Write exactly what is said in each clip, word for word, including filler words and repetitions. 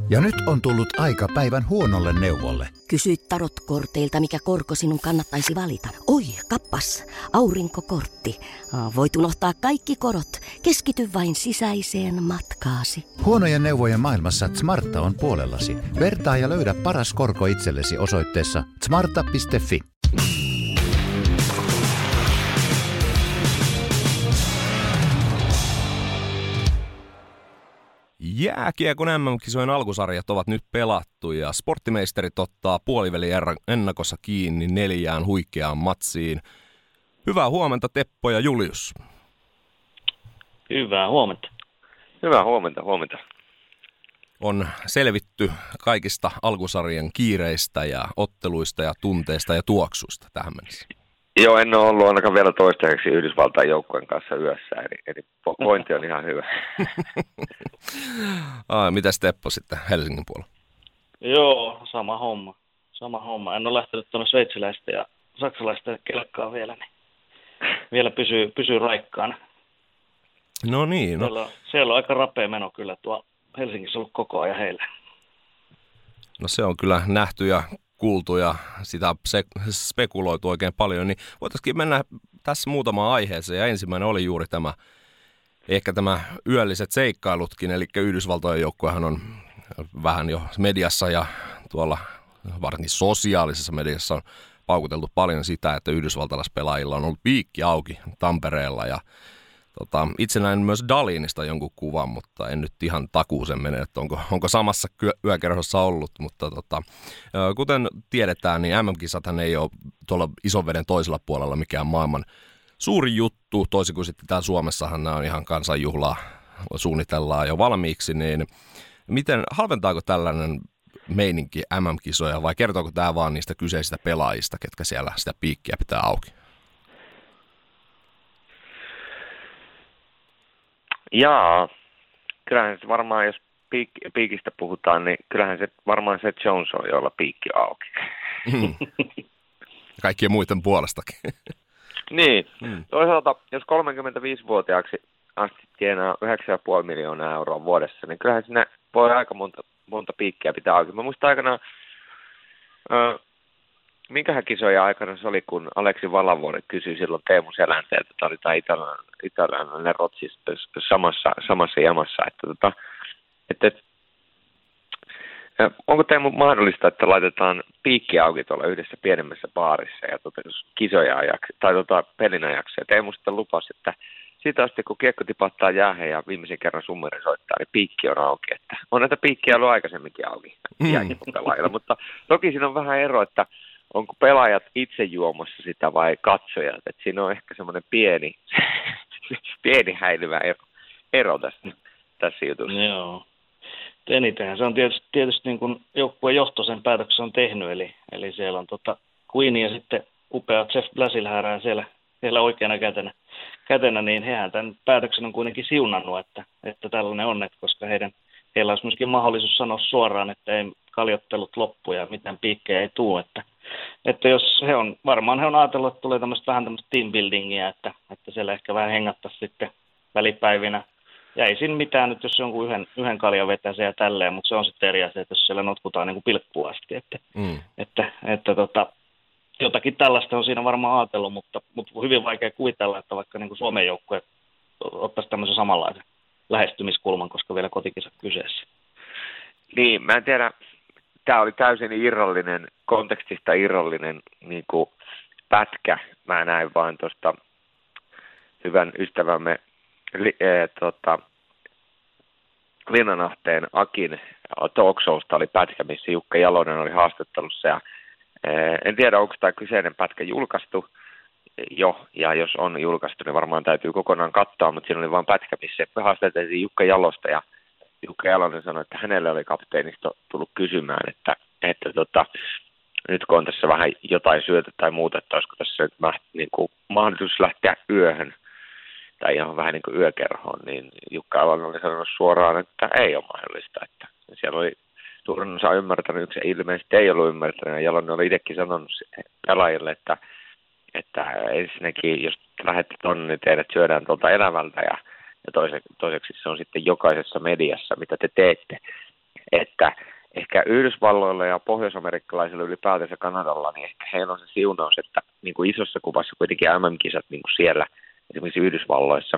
Ja nyt on tullut aika päivän huonolle neuvolle. Kysy tarotkorteilta, mikä korko sinun kannattaisi valita. Oi, kappas, aurinkokortti. Voit unohtaa kaikki korot. Keskity vain sisäiseen matkaasi. Huonojen neuvojen maailmassa Smarta on puolellasi. Vertaa ja löydä paras korko itsellesi osoitteessa smarta piste fi. Jääkiekon M M-kisojen alkusarjat ovat nyt pelattu ja sporttimeisterit ottaa puoliväli ennakossa kiinni neljään huikeaan matsiin. Hyvää huomenta Teppo ja Julius. Hyvää huomenta. Hyvää huomenta, huomenta. On selvitty kaikista alkusarjan kiireistä ja otteluista ja tunteista ja tuoksuista tähän mennessä. Joo, en ole ollut ainakaan vielä toistaiseksi Yhdysvaltain joukkueen kanssa yössä, eli, eli pointti on ihan hyvä. Ai, mitäs Teppo sitten Helsingin puolella? Joo, sama homma. Sama homma. En ole lähtenyt tuonne sveitsiläistä ja saksalaista kelkkaa vielä, niin vielä pysyy, pysyy raikkaana. No niin. No. Siellä, on, siellä on aika rapea meno kyllä tuo Helsingissä ollut koko ajan heillä. No se on kyllä nähty ja kuultu ja sitä spekuloitu oikein paljon, niin voitaisiin mennä tässä muutamaan aiheeseen. Ja ensimmäinen oli juuri tämä, ehkä tämä yölliset seikkailutkin, eli Yhdysvaltojen joukkuehan on vähän jo mediassa ja tuolla varsinkin sosiaalisessa mediassa on paukuteltu paljon sitä, että yhdysvaltalaispelaajilla on ollut piikki auki Tampereella ja Tota, itse näin myös Dalinista jonkun kuvan, mutta en nyt ihan takuuseen mene, että onko, onko samassa yökerhossa ollut. Mutta tota, kuten tiedetään, niin M M-kisathan ei ole tuolla ison veden toisella puolella mikään maailman suuri juttu. Toisin kuin sitten täällä Suomessahan nämä on ihan kansanjuhlaa, suunnitellaan jo valmiiksi. Niin miten, halventaako tällainen meininki M M-kisoja vai kertooko tämä vaan niistä kyseisistä pelaajista, ketkä siellä sitä piikkiä pitää auki? Jaa, kyllähän se varmaan, jos piik- piikistä puhutaan, niin kyllähän se varmaan se Jones on, jolla piikki auki. Mm. Kaikkien muiden puolestakin. Niin, mm. Toisaalta jos kolmekymmentäviisivuotiaaksi asti tienaa yhdeksän pilkku viisi miljoonaa euroa vuodessa, niin kyllähän siinä voi aika monta, monta piikkiä pitää auki. Mä muistan aikanaan, äh, minkähän kisoja aikana se oli, kun Aleksi Valavuori kysyi silloin Teemu Selänteeltä, että oli tämä italialainen, italialainen Rotsi samassa, samassa jamassa, että, tota, että, että onko Teemu mahdollista, että laitetaan piikki auki tuolla yhdessä pienemmässä baarissa ja tota, kisoja ajaksi, tai tota, pelin ajaksi, ja Teemu sitten lupasi, että siitä asti kun kiekko tipahtaa jäähän ja viimeisen kerran summeri soittaa, niin piikki on auki, että on näitä piikkiä ollut aikaisemminkin auki mm. jääkiekko-pelaajilla, mutta toki siinä on vähän ero, että onko pelaajat itse juomassa sitä vai katsojat? Että siinä on ehkä semmoinen pieni, pieni häilyvä ero, ero tässä, tässä jutussa. Joo. Enitenhän se on tietysti, tietysti niin kuin joukkueen johto sen päätöksen on tehnyt, eli, eli siellä on tota Queen ja sitten upea Jeff Blasilhärää siellä, siellä oikeana kätenä, kätenä, niin hehän tämän päätöksen on kuitenkin siunannut, että, että tällainen on, että koska heidän, heillä olisi myöskin mahdollisuus sanoa suoraan, että ei kaljottelut loppu ja mitään piikkejä ei tule, että Että jos he on, varmaan he on ajatellut, että tulee tämmöistä vähän tämmöistä team buildingia, että, että siellä ehkä vähän hengattaisi sitten välipäivinä. Ja ei siinä mitään nyt, jos jonkun yhden, yhden kaljan vetäisi ja tälleen, mutta se on sitten eri asia, että jos siellä notkutaan niin kuin pilkkuun asti. Että, mm. että, että tota, jotakin tällaista on siinä varmaan ajatellut, mutta, mutta hyvin vaikea kuvitella, että vaikka niin kuin Suomen joukkue ottaisi tämmöisen samanlaisen lähestymiskulman, koska vielä kotikisat kyseessä. Niin, mä en tiedä. Tämä oli täysin irrallinen, kontekstista irrallinen niin kuin pätkä. Mä näin vain tuosta hyvän ystävämme li, e, tota, Linnanahteen Akin talk showsta oli pätkä, missä Jukka Jalonen oli haastattelussa. Ja, e, en tiedä, onko tämä kyseinen pätkä julkaistu jo, ja jos on julkaistu, niin varmaan täytyy kokonaan katsoa, mutta siinä oli vain pätkä, missä haastateltiin Jukka Jalosta, ja Jukka Jalonen sanoi, että hänelle oli kapteenista tullut kysymään, että, että tota, nyt kun on tässä vähän jotain syötä tai muuta, että olisiko tässä nyt niin kuin mahdollisuus lähteä yöhön tai ihan vähän niin kuin yökerhoon, niin Jukka Jalonen oli sanonut suoraan, että ei ole mahdollista. Että siellä oli suurin osa ymmärtänyt, yksi ilmeisesti ei ollut ymmärtänyt, ja Jalonen oli itsekin sanonut pelaajille, että, että ensinnäkin, jos lähdette tuonne, niin teidät syödään tuolta elävältä, ja Ja toiseksi se on sitten jokaisessa mediassa, mitä te teette. Että ehkä Yhdysvalloilla ja pohjoisamerikkalaisilla ylipäätänsä Kanadalla, niin ehkä heillä on se siunaus, että niin kuin isossa kuvassa kuitenkin M M-kisat niin kuin siellä, esimerkiksi Yhdysvalloissa,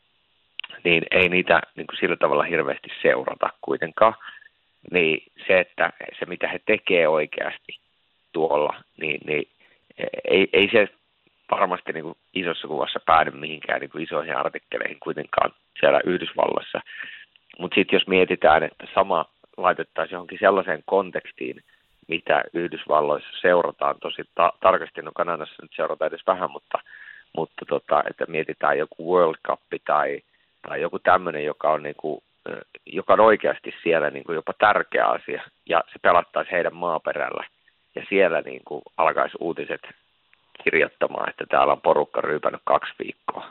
niin ei niitä niin kuin sillä tavalla hirveästi seurata kuitenkaan. Niin se, että se mitä he tekee oikeasti tuolla, niin, niin ei, ei se varmasti niin kuin isossa kuvassa päädy mihinkään niin kuin isoihin artikkeleihin kuitenkaan siellä Yhdysvalloissa. Mutta sitten jos mietitään, että sama laitettaisiin johonkin sellaiseen kontekstiin, mitä Yhdysvalloissa seurataan tosi ta- tarkasti, no Kanadassa nyt seurataan edes vähän, mutta, mutta tota, että mietitään joku World Cup tai, tai joku tämmöinen, joka on, niinku, joka on oikeasti siellä niinku jopa tärkeä asia, ja se pelattaisi heidän maaperällä, ja siellä niinku alkaisi uutiset kirjoittamaan, että täällä on porukka ryypännyt kaksi viikkoa.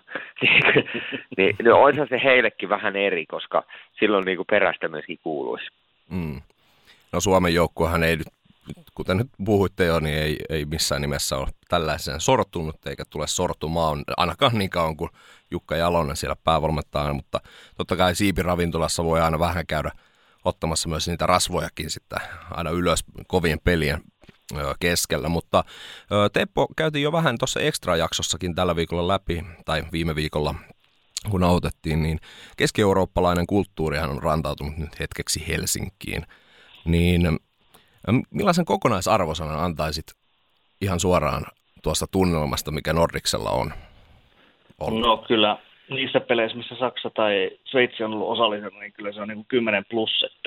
niin no, olisihan se heillekin vähän eri, koska silloin niinku perästä myöskin kuuluisi. Mm. No Suomen joukkuehan ei nyt, kuten nyt puhuitte jo, niin ei, ei missään nimessä ole tällaiseen sortunut eikä tule sortumaan, ainakaan niin kauan kuin Jukka Jalonen siellä päävalmentajana, mutta totta kai siipiravintolassa voi aina vähän käydä ottamassa myös niitä rasvojakin sitten aina ylös kovien pelien keskellä, mutta Teppo käytiin jo vähän tuossa extra-jaksossakin tällä viikolla läpi, tai viime viikolla kun nautettiin, niin keski-eurooppalainen kulttuurihan on rantautunut nyt hetkeksi Helsinkiin, niin millaisen kokonaisarvosanan antaisit ihan suoraan tuosta tunnelmasta, mikä Nordicsella on ollut? No kyllä niissä peleissä, missä Saksa tai Sveitsi on ollut osallisena, niin kyllä se on niin kuin kymmenen plus, että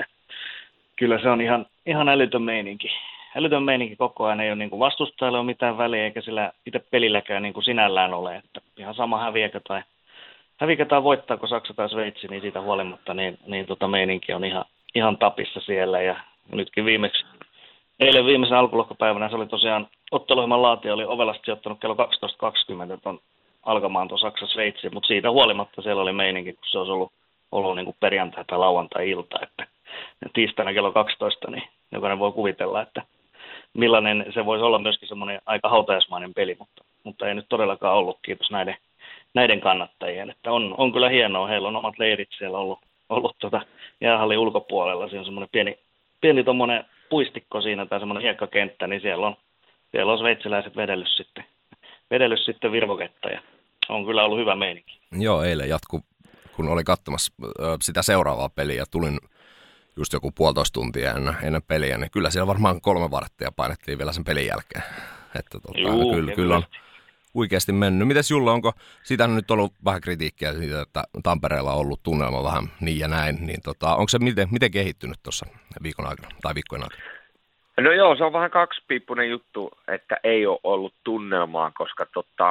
kyllä se on ihan, ihan älytön meininki. Älytön meininki koko ajan, ei ole niin kuin vastustajalla ole mitään väliä, eikä sillä itse pelilläkään niin kuin sinällään ole, että ihan sama häviäkö tai häviäkö tai voittaako Saksa tai Sveitsi, niin siitä huolimatta niin, niin tota meininki on ihan, ihan tapissa siellä, ja nytkin viimeksi, eilen viimeisen alkulohkopäivänä se oli tosiaan, otteluhjelman laatija oli Ovelasta sijoittanut kello kaksitoista kaksikymmentä ton alkamaan tuon Saksa-Sveitsi, mutta siitä huolimatta siellä oli meininki, kun se olisi ollut, ollut niin kuin perjantai- tai lauantai-ilta, että tiistaina kello kaksitoista, niin jokainen voi kuvitella, että millainen se voisi olla myöskin semmoinen aika hautajaismainen peli, mutta, mutta ei nyt todellakaan ollut, kiitos näiden, näiden kannattajien, että on, on kyllä hienoa, heillä on omat leirit siellä ollut, ollut tuota jäähallin ulkopuolella, siinä on semmoinen pieni, pieni tommoinen puistikko siinä tai semmoinen hiekkakenttä, niin siellä on, siellä on sveitsiläiset vedellyt sitten, vedellyt sitten virvoketta ja on kyllä ollut hyvä meininki. Joo, eilen jatku, kun oli katsomassa sitä seuraavaa peliä, tulin just joku puolitoista tuntia ennen, ennen peliä, niin kyllä siellä varmaan kolme varttia painettiin vielä sen pelin jälkeen. Että tota, Juu, kyllä, kyllä on huikeasti mennyt. Mites Julla, onko siitä nyt ollut vähän kritiikkiä siitä, että Tampereella on ollut tunnelma vähän niin ja näin, niin tota, onko se miten, miten kehittynyt tuossa viikon aikana tai viikkojen aikana? No joo, se on vähän kaksipiippunen juttu, että ei ole ollut tunnelmaa, koska tota,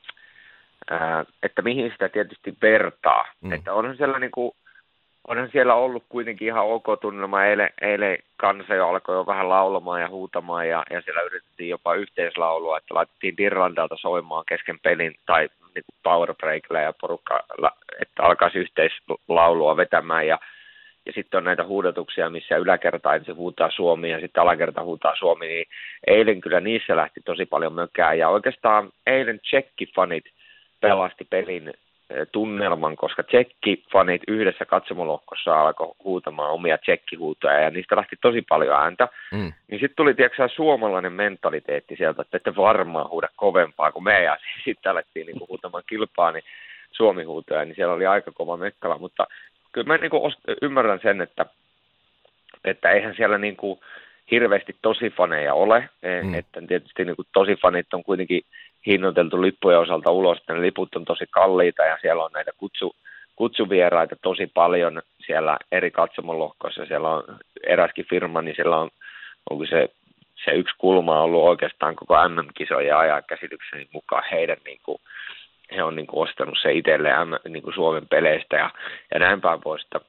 ää, että mihin sitä tietysti vertaa. Mm. Että onhan siellä niinku Onhan siellä ollut kuitenkin ihan ok tunnelma. Eilen, eilen kansa jo alkoi jo vähän laulamaan ja huutamaan ja, ja siellä yritettiin jopa yhteislaulua, että laitettiin Dirlandalta soimaan kesken pelin tai niin powerbreakilla ja porukka, että alkaisi yhteislaulua vetämään ja, ja sitten on näitä huudatuksia, missä yläkerta ensin huutaa Suomi ja sitten alakerta huutaa Suomi, niin eilen kyllä niissä lähti tosi paljon mökää ja oikeastaan eilen tsekkifanit pelasti pelin tunnelman, koska tsekkifanit yhdessä katsomolohkossa alkoi huutamaan omia tsekkihuutoja ja niistä lähti tosi paljon ääntä. Mm. Niin sitten tuli tiiäksä, suomalainen mentaliteetti sieltä, että ette varmaan huuda kovempaa kuin me ja sitten alettiin niinku huutamaan kilpaa, niin Suomi-huutoja, niin siellä oli aika kova mekkala, mutta kyllä mä niinku ymmärrän sen, että, että eihän siellä niinku hirveästi tosifaneja ole, mm. että tietysti niinku tosifanit on kuitenkin hinnoiteltu lippujen osalta ulos, että ne liput on tosi kalliita ja siellä on näitä kutsu, kutsuvieraita tosi paljon siellä eri katsomolohkoissa. Siellä on eräskin firma, niin siellä on, onko se, se yksi kulma ollut oikeastaan koko M M-kisojen ajan käsitykseni mukaan heidän, niin kuin, he on niin kuin ostanut se itselleen niin kuin Suomen peleistä ja, ja näin päin pois. Että,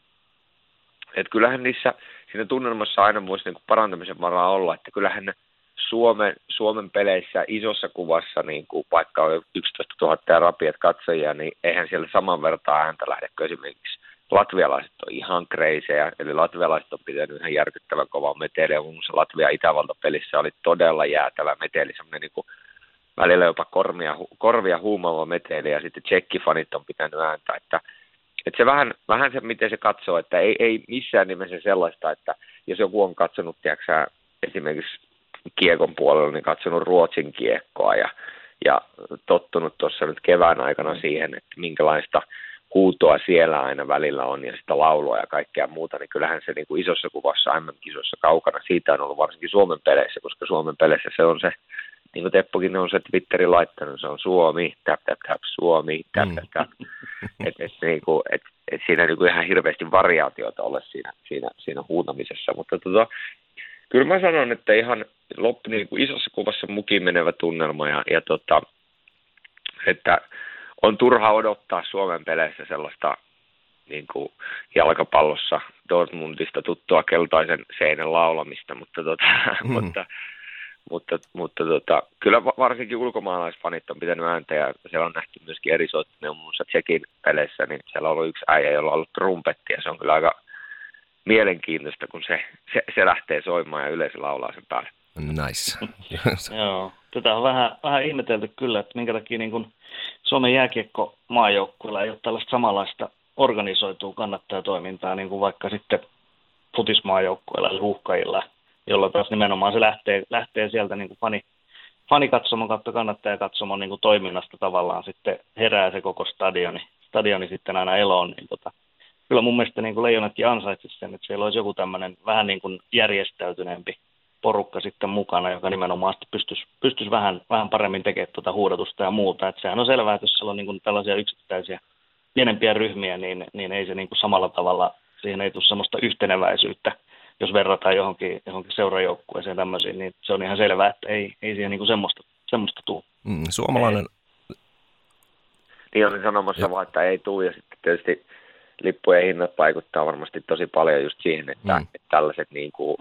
että kyllähän niissä, siinä tunnelmassa aina voisi niin kuin parantamisen varaa olla, että kyllähän ne Suomen, Suomen peleissä isossa kuvassa, niin kuin vaikka on yksitoistatuhatta ja rapiat katsojia, niin eihän siellä saman vertaan ääntä lähde, kun esimerkiksi latvialaiset on ihan kreisejä, eli latvialaiset on pitänyt ihan järkyttävän kovaa meteliä. Muun muassa Latvia-Itävalta-pelissä oli todella jäätävä meteli, semmoinen niin kuin välillä jopa korvia, korvia huumaava meteli, ja sitten tsekkifanit on pitänyt ääntä, että, että se vähän, vähän se, miten se katsoo, että ei, ei missään nimessä sellaista, että jos joku on katsonut, tiedätkö, esimerkiksi kiekon puolella, niin katsonut Ruotsin kiekkoa ja, ja tottunut tuossa nyt kevään aikana siihen, että minkälaista huutoa siellä aina välillä on ja sitä laulua ja kaikkea muuta, niin kyllähän se niin kuin isossa kuvassa M M-kisoissa kaukana siitä on ollut varsinkin Suomen peleissä, koska Suomen peleissä se on se, niin kuin Teppokin on se Twitterin laittanut, se on Suomi, tap, tap, tap, Suomi, tap, tap, tap. Mm. Että et, niin et, et siinä niin kuin ihan hirveästi variaatiota ole siinä, siinä, siinä huutamisessa, mutta tota, kyllä mä sanon, että ihan loppu niin kuin isossa kuvassa mukiin menevä tunnelma ja, ja tota, että on turha odottaa Suomen peleissä sellaista niin kuin jalkapallossa Dortmundista tuttua keltaisen seinän laulamista, mutta, tota, mm. mutta, mutta, mutta tota, kyllä varsinkin ulkomaalaisfanit on pitänyt ääntä ja siellä on nähty myöskin eri soittimia, muun muassa Tsekin peleissä, niin siellä on ollut yksi äijä, jolla on ollut trumpetti ja se on kyllä aika mielenkiintoista, kun se, se, se lähtee soimaan ja yleisö laulaa sen päälle. Nice. Joo, tätä on vähän, vähän ihmetelty kyllä, että minkä takia niin kun Suomen jääkiekko-maajoukkueella ei ole tällaista samanlaista organisoitua kannattajatoimintaa, niin kuin vaikka sitten futismaajoukkueella eli Huuhkajilla, jolla taas nimenomaan se lähtee, lähtee sieltä niin kuin fani, fanikatsomon kautta kannattajakatsomon niin kuin toiminnasta tavallaan sitten herää se koko stadioni, stadioni sitten aina eloon, niin tota, kyllä mun mielestä niin kuin Leijonatkin ansaitsisi sen, että siellä olisi joku tämmöinen vähän niin kuin järjestäytyneempi porukka sitten mukana, joka nimenomaan pystyisi, pystyisi vähän, vähän paremmin tekemään tuota huudatusta ja muuta. Että sehän on selvää, että jos siellä on niin kuin tällaisia yksittäisiä pienempiä ryhmiä, niin, niin ei se niin kuin samalla tavalla, siihen ei tule sellaista yhteneväisyyttä, jos verrataan johonkin, johonkin seurajoukkueeseen tämmöisiin, niin se on ihan selvää, että ei, ei siihen niin kuin semmoista, semmoista tule. Mm, suomalainen... Niin olin sanomassa vaan, että ei tule, ja sitten tietysti lippujen hinnat vaikuttaa varmasti tosi paljon just siihen, että, mm. että tällaiset niin kuin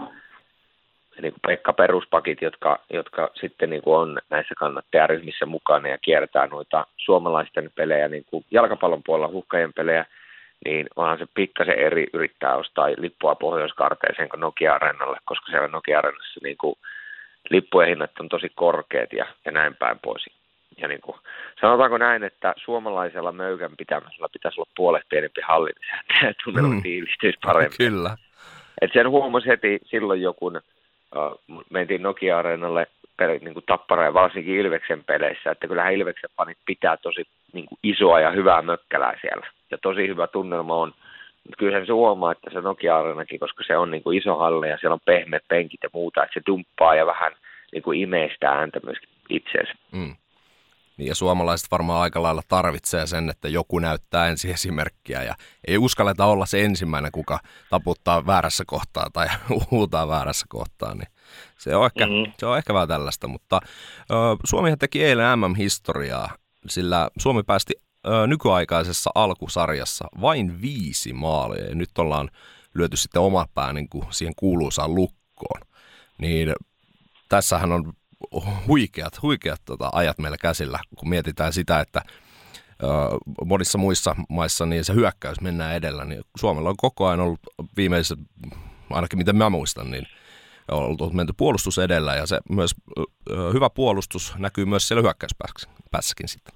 niin kuin Pekka peruspakit, jotka, jotka sitten niin kuin on näissä kannattajaryhmissä mukana ja kiertää noita suomalaisten pelejä, niin kuin jalkapallon puolella Huuhkajien pelejä, niin onhan se pikkasen eri yrittää ostaa lippua Pohjois-Karteeseen kuin Nokia-areenalle, koska siellä Nokia-areenassa niin kuin lippujen hinnat on tosi korkeat ja, ja näin päin pois. Ja niin kuin, sanotaanko näin, että suomalaisella möykän pitämällä pitäisi olla puolet pienempi halli, niin tunnelma mm. tiivistyisi paremmin. Kyllä. Et sen huomasi heti silloin joku, uh, mentiin Nokia-areenalle niin kuin Tappara ja varsinkin Ilveksen peleissä, että kyllähän Ilveksen fanit pitää tosi niin kuin isoa ja hyvää mökkälää siellä. Ja tosi hyvä tunnelma on. Mutta kyllä se huomaa, että se Nokia-areenakin, koska se on niin kuin iso halli ja siellä on pehmeät penkit ja muuta, että se dumppaa ja vähän niin kuin imee sitä ääntä myöskin itseensä. Mm. Ja suomalaiset varmaan aika lailla tarvitsee sen, että joku näyttää ensin esimerkkiä ja ei uskalleta olla se ensimmäinen, kuka taputtaa väärässä kohtaa tai huutaa väärässä kohtaa, niin se on ehkä, mm-hmm. se on ehkä vähän tällaista, mutta ö, Suomihan teki eilen M M-historiaa, sillä Suomi päästi ö, nykyaikaisessa alkusarjassa vain viisi maalia ja nyt ollaan lyöty sitten oma pää niin kuin siihen kuuluisaan lukkoon, niin tässähän on huikeat, huikeat tota, ajat meillä käsillä, kun mietitään sitä, että ö, monissa muissa maissa niin se hyökkäys mennään edellä, niin Suomella on koko ajan ollut viimeiset, ainakin mitä mä muistan, niin on ollut menty puolustus edellä ja se myös ö, hyvä puolustus näkyy myös siellä hyökkäyspäässäkin sitten.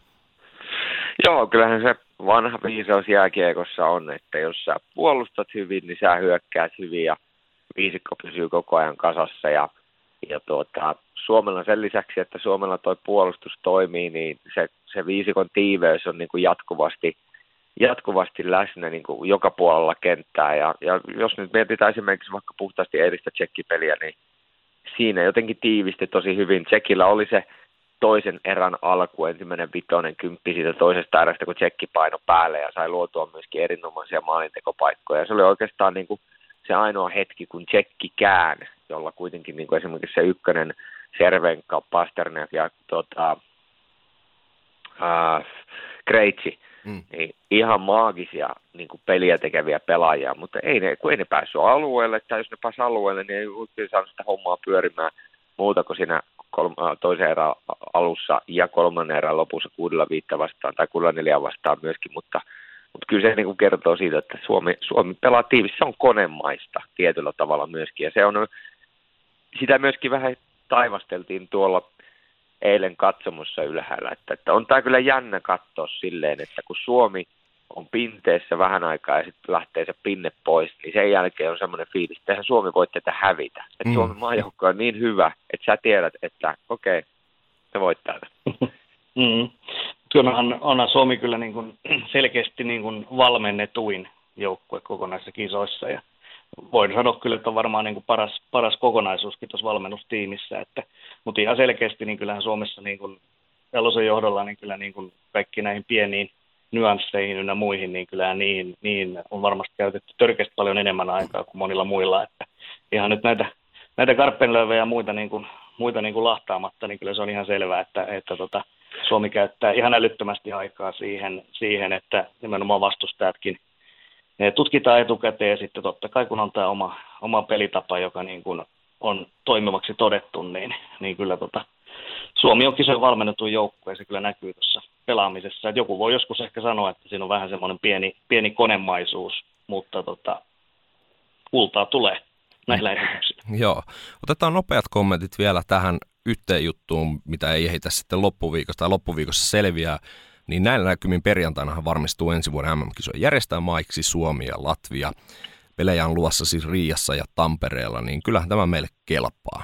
Joo, kyllähän se vanha viisaus jääkiekossa on, että jos sä puolustat hyvin, niin sä hyökkäät hyvin ja viisikko pysyy koko ajan kasassa ja Ja tuota, Suomella sen lisäksi, että Suomella toi puolustus toimii, niin se, se viisikon tiiveys on niin kuin jatkuvasti, jatkuvasti läsnä niin kuin joka puolella kenttää. Ja, ja jos nyt mietitään esimerkiksi vaikka puhtaasti eilistä tsekkipeliä, niin siinä jotenkin tiivisti tosi hyvin. Tsekillä oli se toisen erän alku, ensimmäinen vitonen kymppi siitä toisesta erästä, kun tsekki paino päälle ja sai luotua myöskin erinomaisia maalintekopaikkoja. Se oli oikeastaan niin kuin se ainoa hetki, kun tsekki kään, jolla kuitenkin niin kuin esimerkiksi se ykkönen, Cervenka, Pasternak ja tota, äh, Krejci, mm. niin ihan maagisia niin kuin peliä tekeviä pelaajia, mutta ei ne, kun ei ne päässyt alueelle, tai jos ne pääsivät alueelle, niin ei oikein saanut sitä hommaa pyörimään muuta kuin siinä kolma, toisen erän alussa ja kolmannen erän lopussa kuudella viittä vastaan tai kuudella neljä vastaan myöskin, mutta Mutta kyllä se niin kuin kertoo siitä, että Suomi, Suomi pelaa tiivissä, se on konemaista tietyllä tavalla myöskin. Ja se on, sitä myöskin vähän taivasteltiin tuolla eilen katsomossa ylhäällä. Että, että on tämä kyllä jännä katsoa silleen, että kun Suomi on pinteessä vähän aikaa ja sitten lähtee se pinne pois, niin sen jälkeen on semmoinen fiilis, että Suomi voi tätä hävitä. Että mm. Suomen maajoukko on niin hyvä, että sä tiedät, että okei, okay, se voittaa. Mm. Kyllähän on Suomi kyllä niin kuin selkeästi niin kuin valmennetuin joukkue kokonaisissa kisoissa ja voin sanoa kyllä, että on varmaan niin kuin paras, paras kokonaisuuskin tuossa valmennustiimissä, että, mutta ihan selkeästi niin kyllähän Suomessa niin kuin Jalosen johdolla niin kyllä niin kuin kaikki näihin pieniin nyansseihin ynnä muihin, niin kyllä niin, niin on varmasti käytetty törkeästi paljon enemmän aikaa kuin monilla muilla, että ihan nyt näitä, näitä karppenlöövejä ja muita, niin kuin, muita niin kuin lahtaamatta, niin kyllä se on ihan selvää, että, että tota, Suomi käyttää ihan älyttömästi aikaa siihen, siihen, että nimenomaan vastustajatkin tutkitaan etukäteen ja sitten totta kai kun on tämä oma, oma pelitapa, joka niin kuin on toimivaksi todettu, niin, niin kyllä tota, Suomi on kisojen valmennettu joukkue ja se kyllä näkyy tuossa pelaamisessa. Et joku voi joskus ehkä sanoa, että siinä on vähän semmoinen pieni, pieni konemaisuus, mutta tota, kultaa tulee näillä esityksillä. Joo. Otetaan nopeat kommentit vielä tähän yhteen juttuun, mitä ei ehitä sitten loppuviikosta tai loppuviikossa selviää. Niin näillä näkymin perjantainahan varmistuu ensi vuoden M M-kisojen järjestäjämaiksi Suomi ja Latvia. Pelejä on luvassa siis Riiassa ja Tampereella, niin kyllähän tämä meille kelpaa.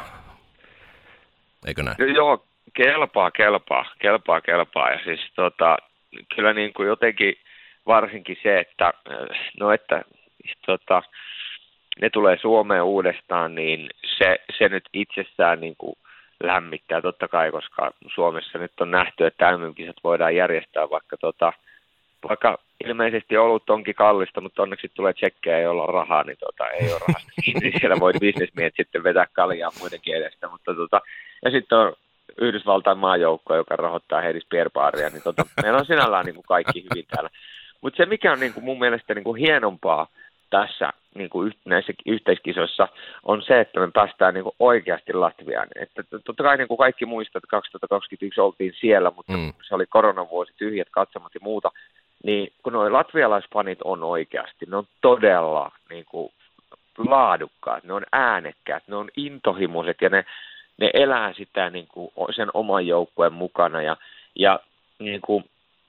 Eikö näin? No, joo, kelpaa, kelpaa, kelpaa, kelpaa. Ja siis tota, kyllä niin kuin jotenkin varsinkin se, että, no että tota, ne tulee Suomeen uudestaan, niin se, se nyt itsessään niin kuin lämmittää totta kai, koska Suomessa nyt on nähty, että M M-kisat voidaan järjestää, vaikka, tota, vaikka ilmeisesti olut onkin kallista, mutta onneksi tulee tsekkejä, joilla on rahaa, niin tota, ei ole rahasta. Niin siellä voi bisnesmiehet sitten vetää kaljaa muidenkin edestä. Mutta, tota, ja sitten on Yhdysvaltain maajoukko, joka rahoittaa Heidis Pierbaaria, niin tota, meillä on sinällään niin kuin kaikki hyvin täällä. Mutta se, mikä on niin kuin mun mielestä niin kuin hienompaa tässä niin kuin näissä yhteiskisoissa, on se, että me päästään niin kuin oikeasti Latviaan. Että totta kai niin kuin kaikki muistat, että kaksituhattakaksikymmentäyksi oltiin siellä, mutta mm. se oli koronavuosi, tyhjät katsomat ja muuta. Niin kun nuo latvialaisfanit on oikeasti, ne on todella niin kuin laadukkaat, ne on äänekkäät, ne on intohimoiset ja ne, ne elää sitä niin kuin sen oman joukkueen mukana. Ja, ja niin kuin,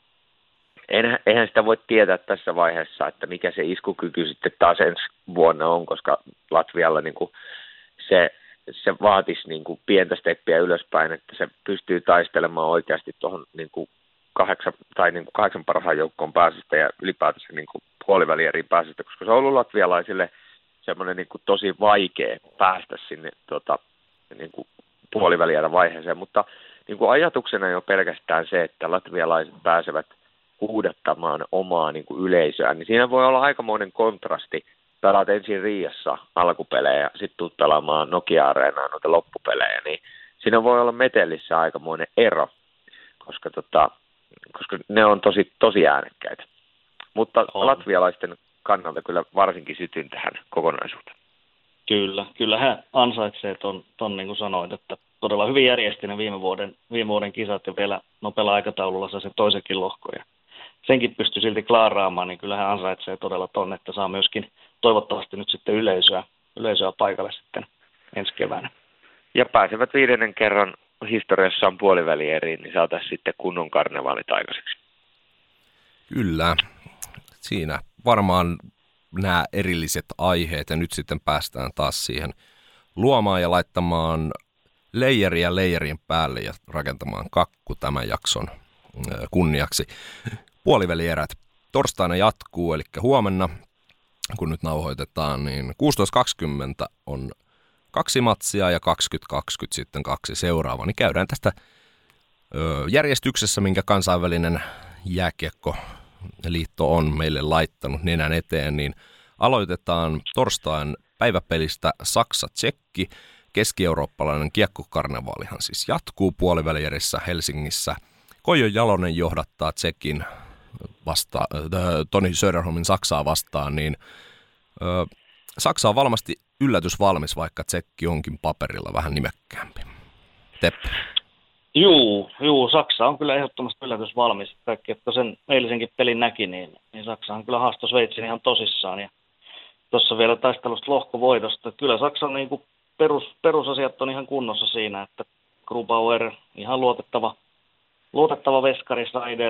eihän sitä voi tietää tässä vaiheessa, että mikä se iskukyky sitten taas ensi vuonna on, koska Latvialla niin kuin se, se vaatisi niin kuin pientä steppiä ylöspäin, että se pystyy taistelemaan oikeasti tuohon niin kuin kahdeksan, tai niin kuin kahdeksan parhaan joukkoon pääsystä ja ylipäätänsä niin kuin puolivälieriin pääsystä, koska se on ollut latvialaisille semmoinen niin kuin tosi vaikea päästä sinne tota, niin kuin puolivälierän vaiheeseen, mutta niin kuin ajatuksena jo pelkästään se, että latvialaiset pääsevät huudattamaan omaa niin kuin yleisöään, niin siinä voi olla aikamoinen kontrasti. Pelaat ensin Riiassa alkupelejä ja sitten tuut pelaamaan Nokia-areenaan noita loppupelejä, niin siinä voi olla metellissä aikamoinen ero, koska, tota, koska ne on tosi, tosi äänekkäitä. Mutta on. Latvialaisten kannalta kyllä varsinkin sytyn tähän kokonaisuuteen. Kyllä, kyllä hän ansaitsee ton, ton niin kuin sanoit, että todella hyvin järjesti ne viime vuoden, viime vuoden kisat ja vielä nopealla aikataululla saa se toisenkin lohko ja senkin pystyy silti klaaraamaan, niin kyllä hän ansaitsee todella ton, että saa myöskin toivottavasti nyt sitten yleisöä, yleisöä paikalle sitten ensi keväänä. Ja pääsevät viidennen kerran historiassaan puolivälieriin, niin saataisiin sitten kunnon karnevaalit aikaiseksi. Kyllä, siinä varmaan nämä erilliset aiheet ja nyt sitten päästään taas siihen luomaan ja laittamaan leijeriä leijerien päälle ja rakentamaan kakku tämän jakson kunniaksi. Puolivälierät torstaina jatkuu, eli huomenna, kun nyt nauhoitetaan, niin kuusitoista kaksikymmentä on kaksi matsia ja kaksikymmentä kaksikymmentä sitten kaksi seuraavaa. Niin käydään tästä ö, järjestyksessä, minkä kansainvälinen jääkiekkoliitto on meille laittanut nenän eteen, niin aloitetaan torstain päiväpelistä Saksa-Tsekki. Keski-eurooppalainen kiekkokarnevaalihan siis jatkuu puolivälieressä Helsingissä. Koijo Jalonen johdattaa Tsekin vasta, äh, Toni Söderholmin Saksaa vastaan, niin äh, Saksa on varmasti yllätysvalmis, vaikka Tsekki onkin paperilla vähän nimekkäämpi. Teppo. Juu, juu, Saksa on kyllä ehdottomasti yllätysvalmis. Kaikki, jotka sen eilisenkin pelin näki, niin, niin Saksa on kyllä haastoi Sveitsin ihan tosissaan. Ja tuossa vielä taistelusta lohkovoitosta. Kyllä Saksan niin kuin perus, perusasiat on ihan kunnossa siinä, että Grubauer ihan luotettava, luotettava veskari, Seider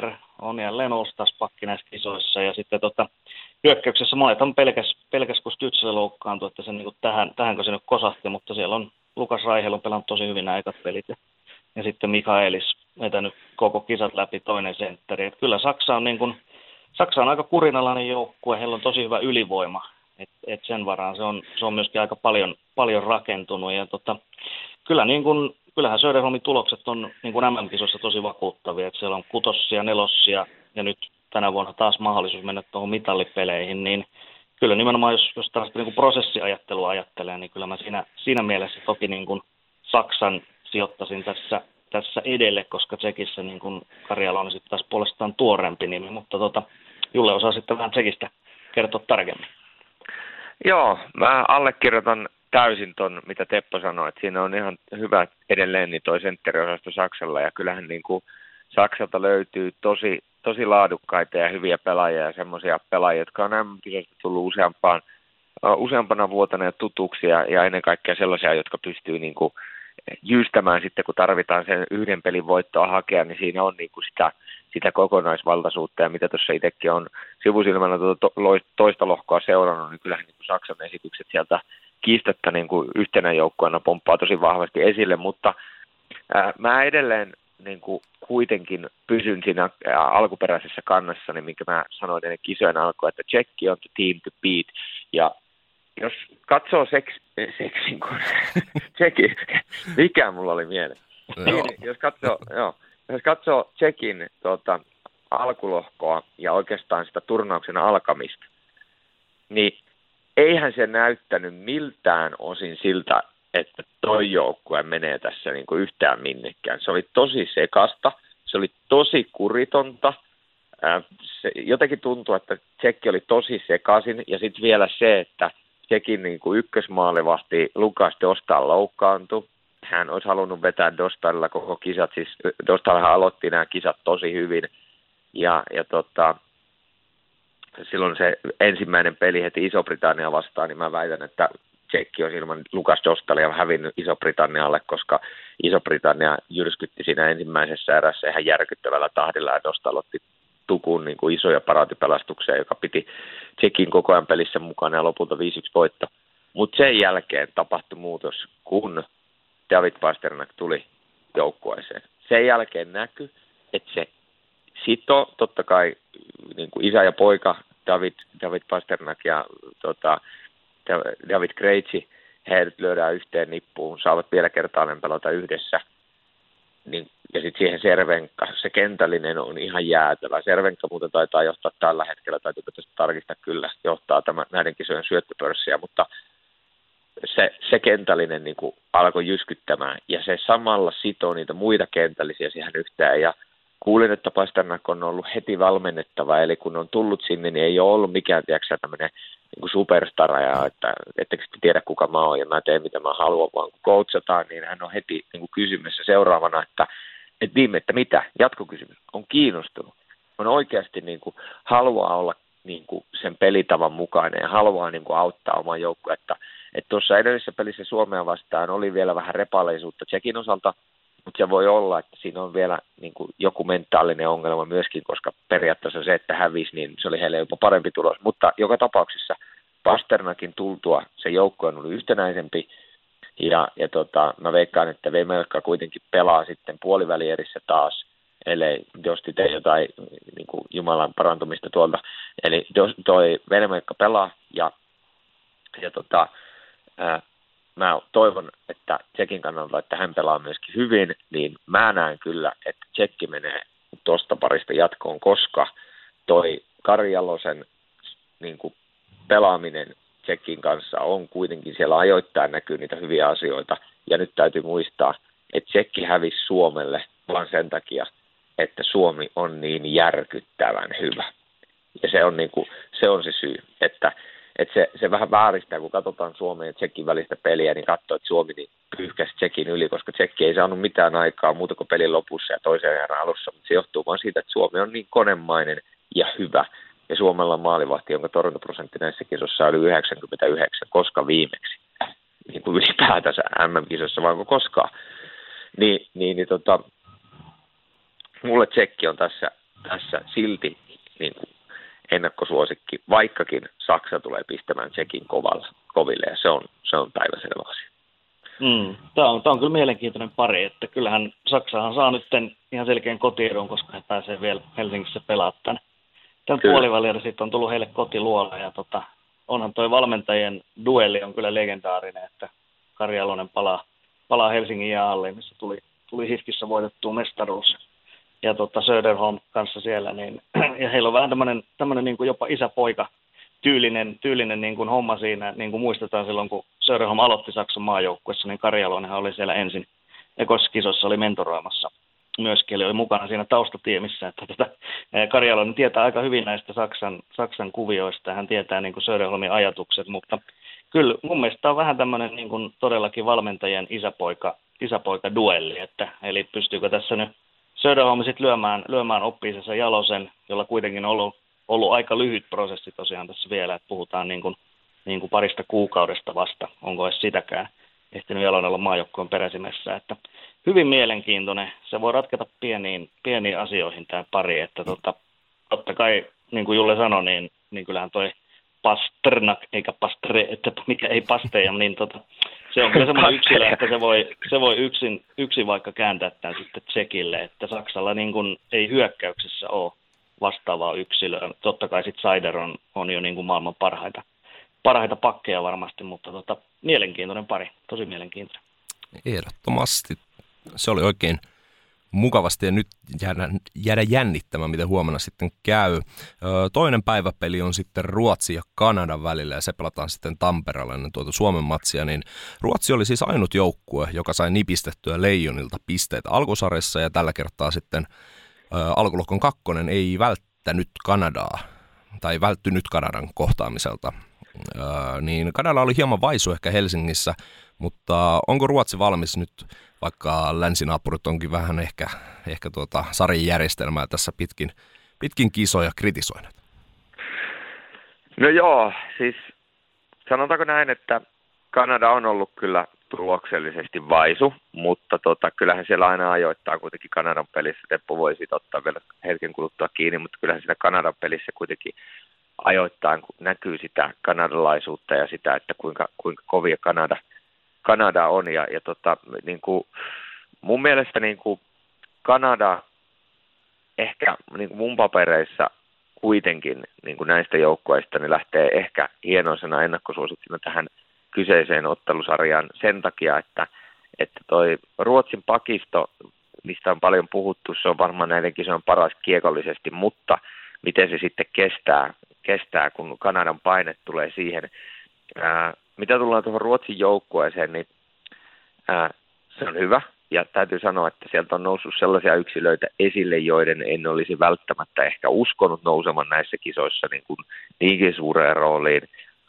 on jälleen all-stars-pakki näissä kisoissa. Ja sitten tota, hyökkäyksessä monet on pelkäs, pelkäs kun Stützle loukkaantui, että se niin kuin tähän, tähänkö se nyt kosahti, mutta siellä on Lukas Raihel on pelannut tosi hyvin nämä ekat pelit. Ja, ja sitten Mikaelis vetänyt koko kisat läpi toinen sentteri. Et kyllä Saksa on, niin kuin, Saksa on aika kurinalainen joukkue, heillä on tosi hyvä ylivoima. Et, et sen varaan se on, se on myöskin aika paljon, paljon rakentunut. Ja tota, kyllä niin kuin, kyllähän Söderholmin tulokset on niin kuin M M-kisoissa tosi vakuuttavia. Et siellä on kutossia, nelossia ja nyt tänä vuonna taas mahdollisuus mennä tuohon mitallipeleihin. Niin kyllä nimenomaan, jos, jos tällaista niin kuin prosessiajattelua ajattelee, niin kyllä mä siinä, siinä mielessä toki niin kuin Saksan sijoittaisin tässä, tässä edelle, koska Tsekissä niin kuin Karjala on sitten taas puolestaan tuorempi nimi. Mutta tota, Julle osaa sitten vähän Tsekistä kertoa tarkemmin. Joo, mä allekirjoitan täysin ton, mitä Teppo sanoi, että siinä on ihan hyvä edelleen niin toi sentteriosasto Saksalla, ja kyllähän niin kuin Saksalta löytyy tosi, tosi laadukkaita ja hyviä pelaajia ja semmoisia pelaajia, jotka on M M-kisoista tullut useampaan, useampana vuotena ja tutuksi, ja, ja ennen kaikkea sellaisia, jotka pystyy niin kuin jyystämään sitten, kun tarvitaan sen yhden pelin voittoa hakea, niin siinä on niin kuin sitä, sitä kokonaisvaltaisuutta, ja mitä tuossa itsekin on sivusilmällä tuota toista lohkoa seurannut, niin kyllähän niin kuin Saksan esitykset sieltä kiistatta niin kuin yhtenä joukkueena pomppaa tosi vahvasti esille, mutta ää, mä edelleen niin kuin kuitenkin pysyn siinä ää, alkuperäisessä kannassani, minkä mä sanoin ennen kisojen alkua, että Tsekki on the team to beat, ja jos katsoo seks, seksin, kun Tsekin, mikä mulla oli mielessä, niin, jos katsoo, joo, jos katsoo Tsekin tuota, alkulohkoa ja oikeastaan sitä turnauksen alkamista, niin eihän se näyttänyt miltään osin siltä, että toi joukkue menee tässä niin kuin yhtään minnekään. Se oli tosi sekasta, se oli tosi kuritonta. Se jotenkin tuntui, että Tsekki oli tosi sekaisin, ja sitten vielä se, että Tsekin niin kuin ykkösmaalivahti Lukas Dostal loukkaantui. Hän olisi halunnut vetää Dostalilla koko kisat, siis Dostalhan aloitti nämä kisat tosi hyvin, ja, ja tota, silloin se ensimmäinen peli heti Iso-Britannia vastaan, niin mä väitän, että Tsekki olisi ilman Lukas Dostalia hävinnyt Iso-Britannialle, koska Iso-Britannia jyrskytti siinä ensimmäisessä erässä ihan järkyttävällä tahdilla, ja Dostal otti tukun niin kuin isoja paraatipelastuksia, joka piti Tsekin koko ajan pelissä mukana, ja lopulta viisi yksi voitto. Mutta sen jälkeen tapahtui muutos, kun David Pasternak tuli joukkueeseen. Sen jälkeen näkyi, että se sito, totta kai niin kuin isä ja poika, David, David Pasternak ja tota, David Krejci, heidät lyödään yhteen nippuun, saavat vielä kertaalleen pelata yhdessä. Niin, ja sitten siihen Cervenka, se kentällinen on ihan jäätävä. Cervenka muuten taitaa johtaa tällä hetkellä, täytyykö tästä tarkistaa kyllä, johtaa tämän, näiden kisojen syöttöpörssiä, mutta se, se kentällinen niin kuin alkoi jyskyttämään, ja se samalla sitoo niitä muita kentällisiä siihen yhteen, ja kuulin, että Pasternak on ollut heti valmennettava, eli kun on tullut sinne, niin ei ole ollut mikään, tiedätkö, tämmöinen niin superstara, ja että ettekö tiedä, kuka mä oon, ja mä teen, mitä mä haluan, vaan kun coachataan, niin hän on heti niin kuin kysymässä seuraavana, että et viime, että mitä, jatkokysymys, on kiinnostunut, on oikeasti niin kuin, haluaa olla niin kuin sen pelitavan mukainen, ja haluaa niin kuin, auttaa oman joukkueen, että että tuossa edellisessä pelissä Suomea vastaan oli vielä vähän repaleisuutta Tsekin osalta, mutta se voi olla, että siinä on vielä niin kuin joku mentaalinen ongelma myöskin, koska periaatteessa se, että hävisi, niin se oli heille jopa parempi tulos. Mutta joka tapauksessa Pasternakin tultua se joukko on ollut yhtenäisempi, ja, ja tota, mä veikkaan, että Vemelka kuitenkin pelaa sitten puolivälierissä taas, ellei Dosti tee jotain niin kuin Jumalan parantumista tuolta. Eli toi Vemelka pelaa, ja, ja tota, ää, mä toivon, että Tsekin kannalta, että hän pelaa myöskin hyvin, niin mä näen kyllä, että Tsekki menee tuosta parista jatkoon, koska toi Kari Jalosen niin kuin pelaaminen Tsekin kanssa on kuitenkin siellä ajoittain näkyy niitä hyviä asioita, ja nyt täytyy muistaa, että Tsekki hävisi Suomelle vaan sen takia, että Suomi on niin järkyttävän hyvä. Ja se on, niin kuin, se, on se syy, että Että se, se vähän vääristää, kun katsotaan Suomen ja Tsekin välistä peliä, niin katsoo, että Suomi niin pyyhkäsi Tsekin yli, koska Tsekki ei saanut mitään aikaa muuta kuin pelin lopussa ja toisen erän alussa. Mutta se johtuu vaan siitä, että Suomi on niin konemainen ja hyvä. Ja Suomella on maalivahti, jonka torjuntaprosentti näissä kisossa oli yhdeksänkymmentäyhdeksän, koska viimeksi. Niin kuin ylipäätänsä M M-kisossa, vaan koskaan. Niin, niin, niin tota, mulle Tsekki on tässä tässä silti niin kuin ennakkosuosikki, vaikkakin Saksa tulee pistämään Tšekin kovalla, koville, ja se on, se on päiväselvä asia. Mm. Tämä on, tämä on kyllä mielenkiintoinen pari, että kyllähän Saksahan saa nyt ihan selkeän kotiedon, koska he pääsee vielä Helsingissä pelaamaan tämän, tämän puolivälierä. Sitten on tullut heille kotiluola, ja tota, onhan toi valmentajien duelli on kyllä legendaarinen, että Kari Jalonen palaa, palaa Helsingin jäähalliin, missä tuli, tuli Hifkissä voitettua mestaruus. Ja tota Söderholm kanssa siellä, niin, ja heillä on vähän tämmöinen, tämmöinen niin kuin jopa isä-poika tyylinen, tyylinen niin kuin homma siinä, niin kuin muistetaan silloin, kun Söderholm aloitti Saksan maajoukkuessa, niin Kari Jalonenhan oli siellä ensin ekoissa kisoissa, oli mentoroimassa myöskin, eli oli mukana siinä taustatiemissä, että tota, Kari Jalonen tietää aika hyvin näistä Saksan, Saksan kuvioista, hän tietää niin kuin Söderholmin ajatukset, mutta kyllä mun mielestä tämä on vähän tämmöinen niin kuin todellakin valmentajien isäpoika, isäpoika duelli, että eli pystyykö tässä nyt Söderholm sitten lyömään, lyömään oppiisensa Jalosen, jolla kuitenkin on ollut, ollut aika lyhyt prosessi tosiaan tässä vielä, että puhutaan niin kuin, niin kuin parista kuukaudesta vasta, onko edes sitäkään ehtinyt Jalonen olla maajoukkueen peräsimessä, että hyvin mielenkiintoinen, se voi ratketa pieniin, pieniin asioihin tämä pari, että tota, totta kai, niin kuin Julle sanoi, niin, niin kyllähän toi Pasternak, eikä Pastre, että mikä ei Pasteja, niin tota, se on kyllä semmoinen yksilö, että se voi, se voi yksin, yksin vaikka kääntää tämän sitten Tšekille, että Saksalla niin kuin ei hyökkäyksessä ole vastaavaa yksilöä. Totta kai sitten Seider on, on jo niin kuin maailman parhaita, parhaita pakkeja varmasti, mutta tota, mielenkiintoinen pari, tosi mielenkiintoinen. Ehdottomasti. Se oli oikein mukavasti ja nyt jäädä, jäädä jännittämään, miten huomenna sitten käy. Toinen päiväpeli on sitten Ruotsi ja Kanadan välillä ja se pelataan sitten Tampereella ennen tuota Suomen matsia. Niin Ruotsi oli siis ainut joukkue, joka sai nipistettyä Leijonilta pisteitä alkusarjassa ja tällä kertaa sitten ä, alkulohkon kakkonen ei välttänyt Kanadaa tai välttynyt Kanadan kohtaamiselta. Ä, niin Kanada oli hieman vaisu ehkä Helsingissä, mutta onko Ruotsi valmis nyt, vaikka länsinaapurit onkin vähän ehkä, ehkä tuota sarjajärjestelmää tässä pitkin, pitkin kisoja kritisoineet? No joo, siis sanotaanko näin, että Kanada on ollut kyllä tuloksellisesti vaisu, mutta tota, kyllähän siellä aina ajoittaa kuitenkin Kanadan pelissä. Teppo voi siitä ottaa vielä hetken kuluttua kiinni, mutta kyllähän siinä Kanadan pelissä kuitenkin ajoittain näkyy sitä kanadalaisuutta ja sitä, että kuinka, kuinka kovia Kanada Kanada on, ja, ja tota, niin kuin, mun mielestä niin kuin Kanada ehkä niin kuin mun papereissa kuitenkin niin kuin näistä joukkueista niin lähtee ehkä hienoisena ennakkosuosittina tähän kyseiseen ottelusarjaan sen takia, että, että toi Ruotsin pakisto, mistä on paljon puhuttu, se on varmaan näiden kisojen paras kiekollisesti, mutta miten se sitten kestää, kestää kun Kanadan paine tulee siihen. Ää, Mitä tullaan tuohon Ruotsin joukkueeseen, niin ää, se on hyvä. Ja täytyy sanoa, että sieltä on noussut sellaisia yksilöitä esille, joiden en olisi välttämättä ehkä uskonut nousemaan näissä kisoissa niin kuin niinkin suureen rooliin.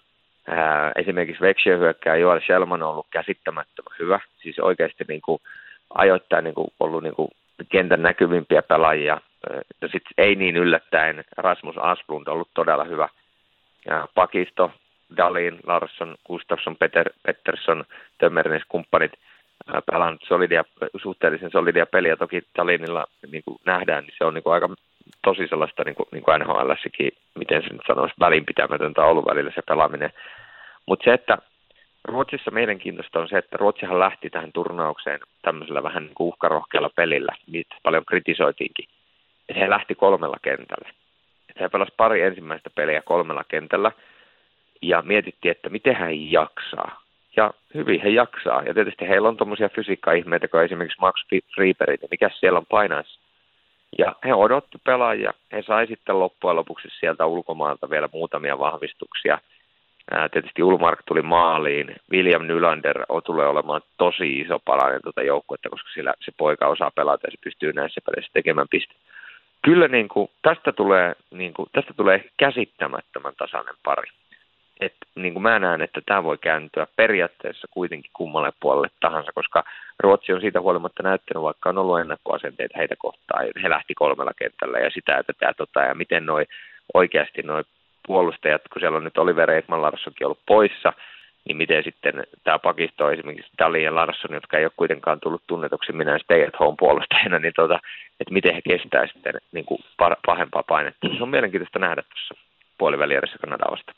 Ää, esimerkiksi Växjö-hyökkääjä Joel Schellman on ollut käsittämättömän hyvä. Siis oikeasti niin kuin ajoittain niin kuin ollut niin kuin kentän näkyvimpiä pelaajia. Ja sitten ei niin yllättäen Rasmus Asplund on ollut todella hyvä. Ja pakisto. Dahlin, Larsson, Gustafsson, Peter, Pettersson, Tömmernes, kumppanit pelannut solidia, suhteellisen solidia peliä. Toki Dahlinilla niin kuin nähdään, niin se on niin kuin aika tosi sellaista niin kuin, niin kuin N H L:ssäkin, miten se nyt sanoisi, välinpitämätöntä ollut välillä se pelaaminen. Mutta se, että Ruotsissa mielenkiintoista on se, että Ruotsihan lähti tähän turnaukseen tämmöisellä vähän niin kuin uhkarohkealla pelillä, mitä paljon kritisoitiinkin. Et he lähti kolmella kentällä. Et he pelasivat pari ensimmäistä peliä kolmella kentällä. Ja mietittiin, että miten hän jaksaa. Ja hyvin he jaksaa. Ja tietysti heillä on tuommoisia fysiikka-ihmeitä, kuin esimerkiksi Max Rieberit, ja mikä siellä on painaessa. Ja he odotti pelaajia. He sai sitten loppujen lopuksi sieltä ulkomailta vielä muutamia vahvistuksia. Ää, tietysti Ulmark tuli maaliin. William Nylander tulee olemaan tosi iso palanen tuota joukkuetta, koska sillä se poika osaa pelata ja se pystyy näissä peleissä tekemään piste. Kyllä niin kuin, tästä, tulee, niin kuin, tästä tulee käsittämättömän tasainen pari. Et, niin kuin mä näen, että tämä voi kääntyä periaatteessa kuitenkin kummalle puolelle tahansa, koska Ruotsi on siitä huolimatta näyttänyt, vaikka on ollut ennakkoasenteita heitä kohtaan. He lähti kolmella kentällä ja sitä, että tämä tota, ja miten noi, oikeasti nuo puolustajat, kun siellä on nyt Oliver Ekman Larssonkin ollut poissa, niin miten sitten tämä pakisto, esimerkiksi Dali ja Larsson, jotka ei ole kuitenkaan tullut tunnetuksi minä stay at home puolustajina, niin tota, että miten he kestää sitten niin kuin pahempaa painetta. Se on mielenkiintoista nähdä tuossa puolivälierässä Kanadaa vasta.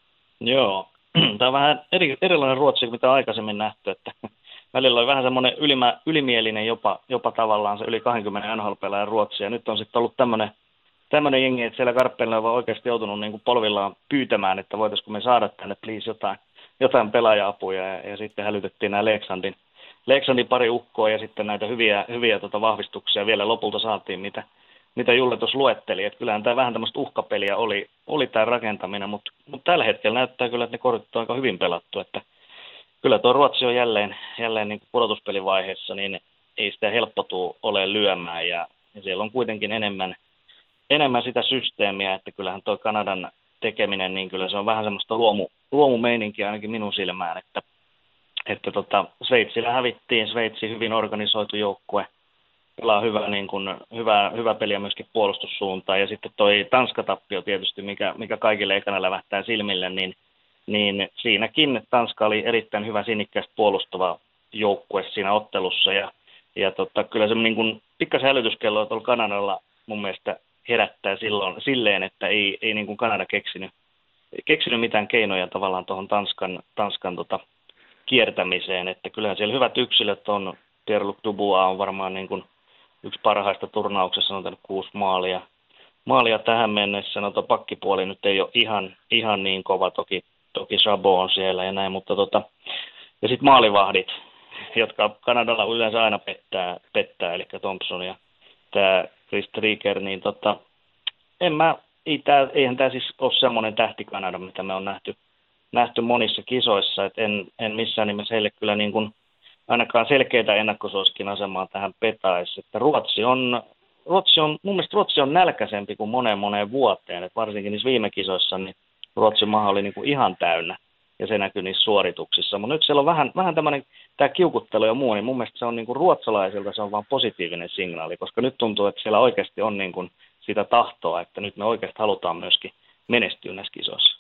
Joo, tämä on vähän eri, erilainen Ruotsi kuin mitä aikaisemmin nähty, että välillä oli vähän semmoinen ylimä, ylimielinen jopa, jopa tavallaan se yli kaksikymmentä N H L-pelaajan Ruotsi, ja nyt on sitten ollut tämmöinen tämmöinen jengi, että siellä Garpenlöv on oikeasti joutunut niin kuin polvillaan pyytämään, että voitaisiinko me saada tänne please jotain, jotain pelaaja-apuja, ja, ja sitten hälytettiin nämä Leksandin, Leksandin pari ukkoa, ja sitten näitä hyviä, hyviä tota vahvistuksia vielä lopulta saatiin, mitä, mitä Julle tuossa luetteli, että kyllähän tämä vähän tämmöistä uhkapeliä oli, oli tämä rakentaminen, mutta, mutta tällä hetkellä näyttää kyllä, että ne kortit on aika hyvin pelattu, että kyllä tuo Ruotsi on jälleen, jälleen niin kuin pudotuspelivaiheessa, niin ei sitä helppo tule ole lyömään, ja, ja siellä on kuitenkin enemmän, enemmän sitä systeemiä, että kyllähän tuo Kanadan tekeminen, niin kyllä se on vähän semmoista luomu, luomumeininkiä ainakin minun silmään, että, että tota, Sveitsillä hävittiin, Sveitsi hyvin organisoitu joukkue, pelaa hyvä, niin kuin, hyvä, hyvä peliä myöskin puolustussuuntaan, ja sitten toi Tanska-tappio tietysti, mikä, mikä kaikille ekana lävähtää silmille, niin, niin siinäkin Tanska oli erittäin hyvä sinnikkäästi puolustava joukkue siinä ottelussa, ja, ja tota, kyllä se niin kuin pikkasen hälytyskello tuolla Kanadalla mun mielestä herättää silloin, silleen, että ei, ei niin kuin Kanada keksinyt, keksinyt mitään keinoja tavallaan tuohon Tanskan, Tanskan tota, kiertämiseen, että kyllähän siellä hyvät yksilöt on, Pierre-Luc Dubois on varmaan niin kuin yksi parhaista turnauksessa, on tehnyt kuusi maalia. Maalia tähän mennessä, no tuo pakkipuoli nyt ei ole ihan, ihan niin kova, toki, toki Chabot on siellä ja näin, mutta tota, ja sitten maalivahdit, jotka Kanadalla yleensä aina pettää, pettää eli Thompson ja tämä Chris Trigger, niin tota, en mä, ei tää, eihän tämä siis ole semmoinen tähti Kanada, mitä me on nähty, nähty monissa kisoissa, että en, en missään nimessä heille kyllä niin kuin ainakaan selkeitä ennakkosuosikin asemaa tähän petäisi, että Ruotsi on, Ruotsi on, mun mielestä Ruotsi on nälkäisempi kuin moneen moneen vuoteen, että varsinkin niissä viime kisoissa, niin Ruotsin maha oli niin kuin ihan täynnä, ja se näkyy niissä suorituksissa, mutta nyt siellä on vähän, vähän tämmöinen, tämä kiukuttelu ja muu, niin mun mielestä se on niin kuin ruotsalaisilta, se on vaan positiivinen signaali, koska nyt tuntuu, että siellä oikeasti on niin kuin sitä tahtoa, että nyt me oikeasti halutaan myöskin menestyä näissä kisoissa.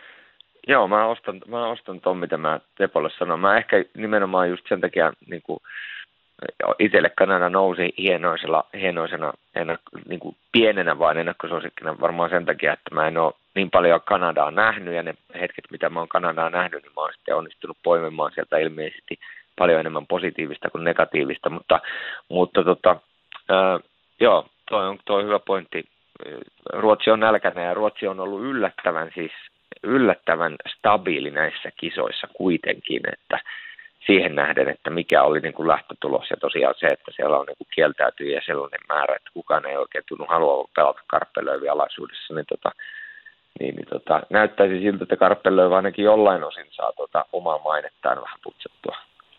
Joo, mä ostan, mä ostan ton, mitä mä Tepolle sanon. Mä ehkä nimenomaan just sen takia niin kuin itselle Kanada nousi hienoisella, hienoisena ennak, niin kuin pienenä vain ennakkosuosikkina varmaan sen takia, että mä en ole niin paljon Kanadaa nähnyt, ja ne hetket, mitä mä oon Kanadaa nähnyt, niin mä oon sitten onnistunut poimimaan sieltä ilmeisesti paljon enemmän positiivista kuin negatiivista, mutta, mutta tota, ää, joo, toi on, toi on hyvä pointti. Ruotsi on nälkäinen, ja Ruotsi on ollut yllättävän siis yllättävän stabiili näissä kisoissa kuitenkin, että siihen nähden, että mikä oli niin kuin lähtötulos, ja tosiaan se, että siellä on niin kuin kieltäytyjiä sellainen määrä, että kukaan ei oikein tunnu halua pelata Garpenlövin alaisuudessa, niin, tota, niin, niin tota, näyttäisi siltä, että Garpenlöv ainakin jollain osin saa tota, omaa mainettaan vähän putsattua.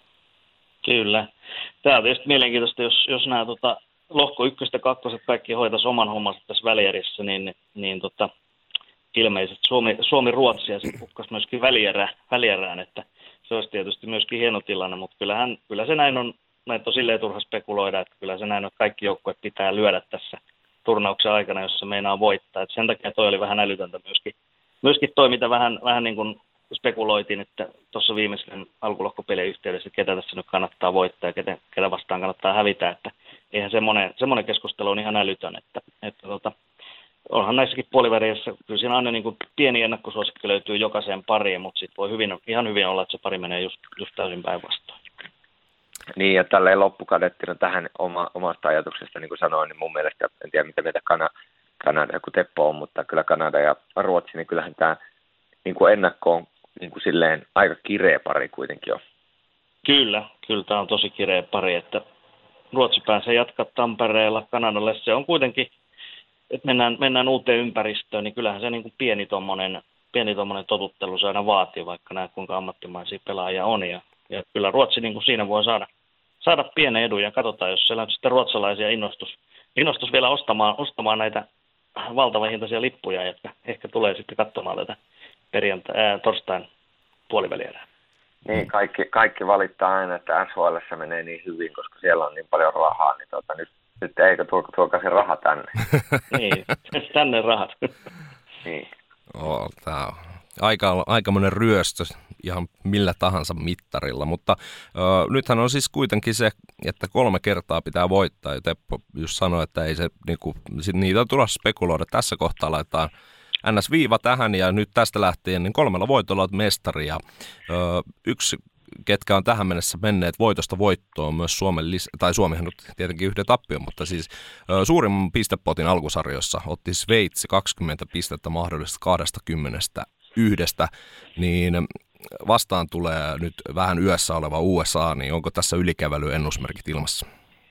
Kyllä. Tämä on tietysti mielenkiintoista, jos, jos nämä tota, lohko ykköstä ja kakkoset kaikki hoitaisi oman hommansa tässä välierissä, niin, niin tota, ilmeisesti Suomi, Suomi-Ruotsi ja sitten hukkas myöskin välierä, välierään, että se olisi tietysti myöskin hieno tilanne, mutta kyllähän, kyllä se näin on, näitä on silleen turha spekuloida, että kyllä se näin on, että kaikki joukkueet pitää lyödä tässä turnauksen aikana, jos se meinaa voittaa. Että sen takia toi oli vähän älytöntä myöskin, myöskin toi, mitä vähän, vähän niin kuin spekuloitiin, että tuossa viimeisen alkulohkopelien yhteydessä, että ketä tässä nyt kannattaa voittaa ja ketä, ketä vastaan kannattaa hävitä, että eihän semmoinen, semmoinen keskustelu on ihan älytön, että, että tota, onhan näissäkin puoliväreissä, kyllä siinä aina niin kuin pieni ennakkosuosikki löytyy jokaiseen pariin, mutta sitten voi hyvin, ihan hyvin olla, että se pari menee just, just täysin päinvastoin. Niin, ja tälleen loppukadettina tähän oma, omasta ajatuksesta, niin kuin sanoin, niin mun mielestä, en tiedä mitä mieltä Kana, Kanada, kun Teppo on, mutta kyllä Kanada ja Ruotsi, niin kyllähän tämä niin kuin ennakko on niin kuin silleen aika kireä pari kuitenkin on. Kyllä, kyllä tämä on tosi kireä pari, että Ruotsi pääsee jatkaa Tampereella, Kanadalle se on kuitenkin, että mennään, mennään uuteen ympäristöön, niin kyllähän se niin kuin pieni tuommoinen pieni tuommoinen totuttelu se aina vaatii, vaikka nämä kuinka ammattimaisia pelaajia on. Ja, ja kyllä Ruotsi niin kuin siinä voi saada, saada pienen edun, ja katsotaan, jos siellä on sitten ruotsalaisia innostus, innostus vielä ostamaan, ostamaan näitä valtavan hintaisia lippuja, jotka ehkä tulee sitten katsomaan tätä perjanta- ää, torstain puolivälierää. Niin, kaikki, kaikki valittaa aina, että S H L:ssä menee niin hyvin, koska siellä on niin paljon rahaa, niin tuota, nyt, nyt eikö tuo, tuokaa se raha tänne. Niin, tänne rahat. Niin. Oh, tämä aika, aikamoinen ryöstö ihan millä tahansa mittarilla, mutta ö, nythän on siis kuitenkin se, että kolme kertaa pitää voittaa, ja Teppo just sanoi, että ei se, niinku, niitä on tulossa spekuloida, tässä kohtaa laitetaan N S-viiva tähän, ja nyt tästä lähtien niin kolmella voitolla olet mestari, ja ö, yksi, ketkä on tähän mennessä menneet voitosta voittoon myös Suomen, tai Suomihan nyt tietenkin yhden tappion, mutta siis ö, suurimman pistepotin alkusarjoissa otti Sveitsi kaksikymmentä pistettä mahdollisesta kaksikymmentä yhdestä, niin vastaan tulee nyt vähän yössä oleva U S A, niin onko tässä ylikävely ennusmerkit ilmassa?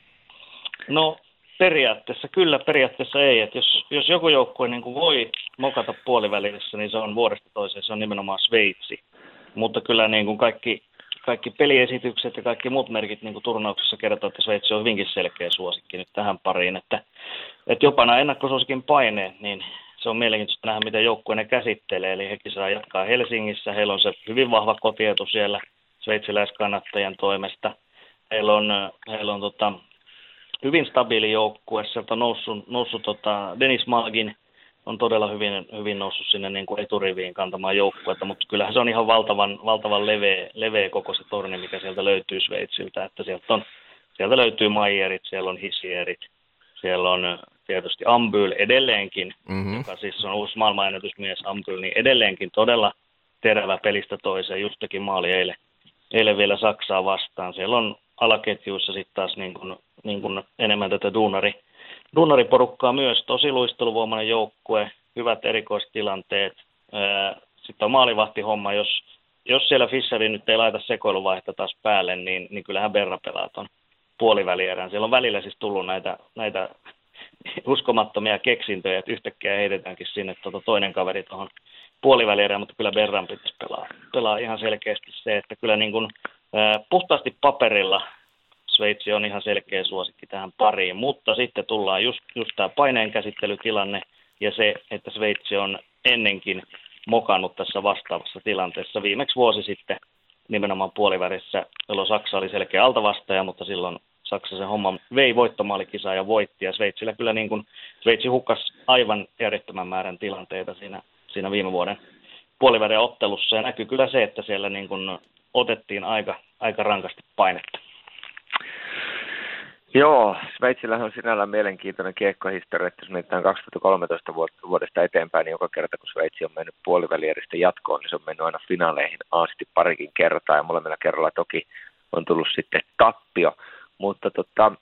No periaatteessa kyllä, periaatteessa ei. Että jos, jos joku joukkue niin kuin voi mokata puolivälissä, niin se on vuodesta toiseen, se on nimenomaan Sveitsi. Mutta kyllä niin kuin kaikki, kaikki peliesitykset ja kaikki muut merkit niin kuin turnauksessa kertoo, että Sveitsi on hyvinkin selkeä suosikki nyt tähän pariin. Että, että jopa nämä ennakkosuosikin paineet, niin se on mielenkiintoista nähdä, miten joukkue ne käsittelee. Eli hekin saa jatkaa Helsingissä. Heillä on se hyvin vahva kotietu siellä sveitsiläiskannattajien toimesta. Heillä on, heillä on tota, hyvin stabiili joukkue. Sieltä on noussut, noussut tota, Dennis Malgin on todella hyvin, hyvin noussut sinne niin kuin eturiviin kantamaan joukkuetta. Mutta kyllähän se on ihan valtavan, valtavan leveä, leveä koko se torni, mikä sieltä löytyy Sveitsiltä. Että sieltä, on, sieltä löytyy Maierit, siellä on Hissierit, siellä on tietysti Ambyl edelleenkin, mm-hmm. joka siis on uusi maailmanennätysmies Ambyl, niin edelleenkin todella terävä pelistä toiseen, just teki maali eilen, eilen vielä Saksaa vastaan. Siellä on alaketjuissa sitten taas niin kuin, niin kuin enemmän tätä duunari, duunariporukkaa myös, tosi luisteluvoimainen joukkue, hyvät erikoistilanteet. Sitten on maalivahtihomma, jos, jos siellä Fischeri nyt ei laita sekoiluvaihetta taas päälle, niin, niin kyllähän Berra pelaa ton puolivälierän. Siellä on välillä siis tullut näitä, näitä uskomattomia keksintöjä, että yhtäkkiä heidetäänkin sinne tuota toinen kaveri tuohon puolivälierään, mutta kyllä Berran pitäisi pelaa, pelaa ihan selkeästi se, että kyllä niin kuin, ää, puhtaasti paperilla Sveitsi on ihan selkeä suosikki tähän pariin, mutta sitten tullaan just, just tämä paineenkäsittelytilanne ja se, että Sveitsi on ennenkin mokannut tässä vastaavassa tilanteessa. Viimeksi vuosi sitten nimenomaan puolivärissä, jolloin Saksa oli selkeä altavastaja, mutta silloin Saksa sen homman vei voittomaalikisaan ja voitti, ja Sveitsillä kyllä niin kuin, Sveitsi hukkasi aivan järjettömän määrän tilanteita siinä, siinä viime vuoden puolivälin ottelussa, ja näkyy kyllä se, että siellä niin kuin otettiin aika, aika rankasti painetta. Joo, Sveitsillähän on sinällään mielenkiintoinen kiekkohistoria, että jos mietitään kaksituhattakolmetoista vuodesta eteenpäin, niin joka kerta kun Sveitsi on mennyt puolivälieristä jatkoon, niin se on mennyt aina finaaleihin asti parikin kertaa, ja molemmilla kerralla toki on tullut sitten tappio, mutta tota,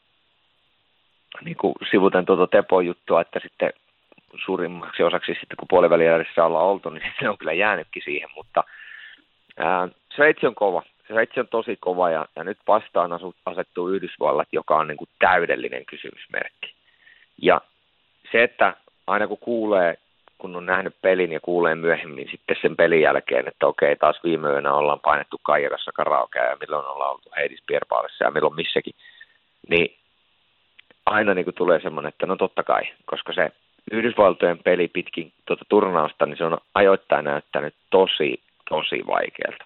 niin kuin sivuten tuota Tepon juttua, että sitten suurimmaksi osaksi sitten kun puolivälieristä ollaan oltu, niin se on kyllä jäänytkin siihen, mutta ää, Sveitsi on kova. Sveitsi on tosi kova ja, ja nyt vastaan asettuu Yhdysvallat, joka on niin kuin täydellinen kysymysmerkki. Ja se, että aina kun kuulee, kun on nähnyt pelin ja kuulee myöhemmin sitten sen pelin jälkeen, että okei, taas viime yönä ollaan painettu Kaijakassa karaokea ja milloin ollaan oltu Heidis Pierpaalissa ja milloin missäkin, niin aina niin kuin tulee semmoinen, että no totta kai, koska se Yhdysvaltojen peli pitkin tuota turnausta, niin se on ajoittain näyttänyt tosi, tosi vaikealta.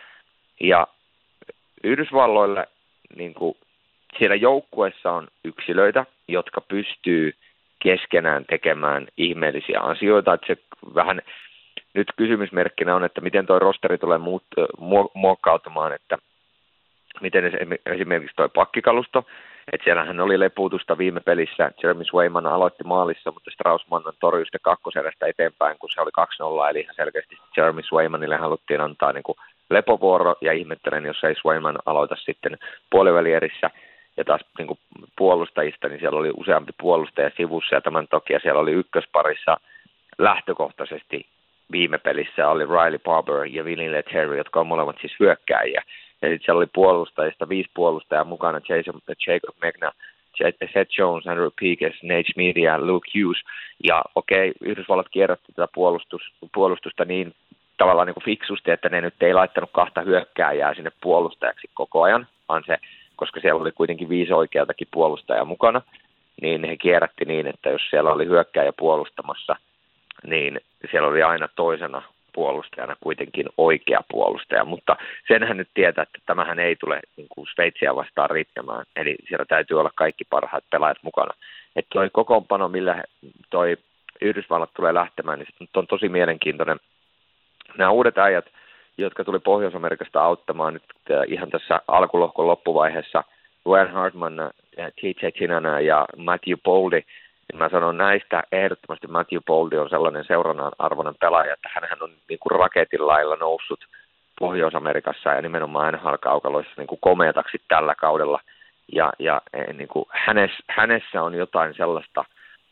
Ja Yhdysvalloille niin kuin, siellä joukkueessa on yksilöitä, jotka pystyy keskenään tekemään ihmeellisiä asioita. Että se vähän nyt kysymysmerkkinä on, että miten tuo rosteri tulee muut, muokkautumaan, että miten esimerkiksi tuo pakkikalusto, että siellähän oli lepuutusta viime pelissä, Jeremy Swayman aloitti maalissa, mutta Straussman torjui sitten kakkoserästä eteenpäin, kun se oli kaksi nolla, eli ihan selkeästi Jeremy Swaymanille haluttiin antaa niin kuin lepovuoro, ja ihmettelen, jos ei Swayman aloita sitten puolivälierissä, ja taas niin kuin puolustajista, niin siellä oli useampi puolustaja sivussa, ja tämän takia siellä oli ykkösparissa lähtökohtaisesti viime pelissä oli Riley Barber ja Vinny Lettieri, jotka on molemmat siis hyökkääjiä, ja sitten siellä oli puolustajista viisi puolustajaa mukana, Jason, Jacob Megna, Seth Jones, Andrew Peakes, Nate Smith ja Luke Hughes, ja okei, okay, Yhdysvallat kierrätti tätä puolustus, puolustusta niin tavallaan niin kuin fiksusti, että ne nyt ei laittanut kahta hyökkääjää sinne puolustajaksi koko ajan, vaan se, koska siellä oli kuitenkin viisi oikeatakin puolustajaa mukana, niin he kierrätti niin, että jos siellä oli hyökkääjä puolustamassa, niin siellä oli aina toisena puolustajana kuitenkin oikea puolustaja, mutta senhän nyt tietää, että tämähän ei tule niin kuin Sveitsiä vastaan riittämään, eli siellä täytyy olla kaikki parhaat pelaajat mukana. Että toi kokoonpano, millä toi Yhdysvallat tulee lähtemään, niin se on tosi mielenkiintoinen nämä uudet äijät, jotka tuli Pohjois-Amerikasta auttamaan nyt ihan tässä alkulohkon loppuvaiheessa, Ryan Hartman, T J Tinana ja Matthew Boldy, niin mä sanon näistä ehdottomasti Matthew Boldy on sellainen seurannan arvoinen pelaaja, että hänhän on niin kuin raketin lailla noussut Pohjois-Amerikassa ja nimenomaan N H L-kaukaloissa niin kuin komeataksi tällä kaudella. Ja, ja niin kuin hänessä, hänessä on jotain sellaista,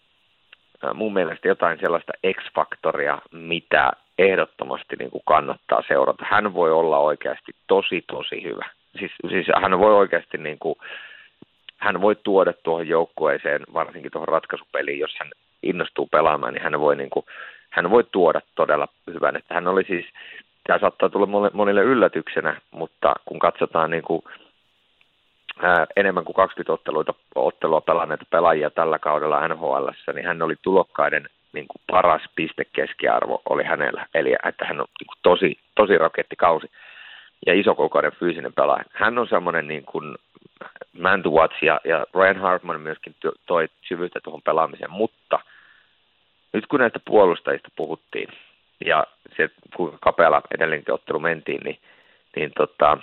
mun mielestä jotain sellaista X-faktoria, mitä ehdottomasti niin kuin kannattaa seurata. Hän voi olla oikeasti tosi, tosi hyvä. Siis, siis hän voi oikeasti niin kuin, hän voi tuoda tuohon joukkueeseen, varsinkin tuohon ratkaisupeliin, jos hän innostuu pelaamaan, niin hän voi, niin kuin, hän voi tuoda todella hyvän. Että hän oli siis, tämä saattaa tulla monille yllätyksenä, mutta kun katsotaan niin kuin, ää, enemmän kuin kaksikymmentä otteluita, ottelua pelanneita pelaajia tällä kaudella N H L:ssä, niin hän oli tulokkaiden niin kuin paras pistekeskiarvo oli hänellä. Eli että hän on niin kuin tosi, tosi rakettikausi ja isokokoinen fyysinen pelaaja. Hän on semmoinen niin kuin man to watch, ja, ja Ryan Hartman myöskin toi syvyyttä tuohon pelaamiseen, mutta nyt kun näistä puolustajista puhuttiin, ja se kuinka kapealla edellinenkin ottelu mentiin, niin, niin tota,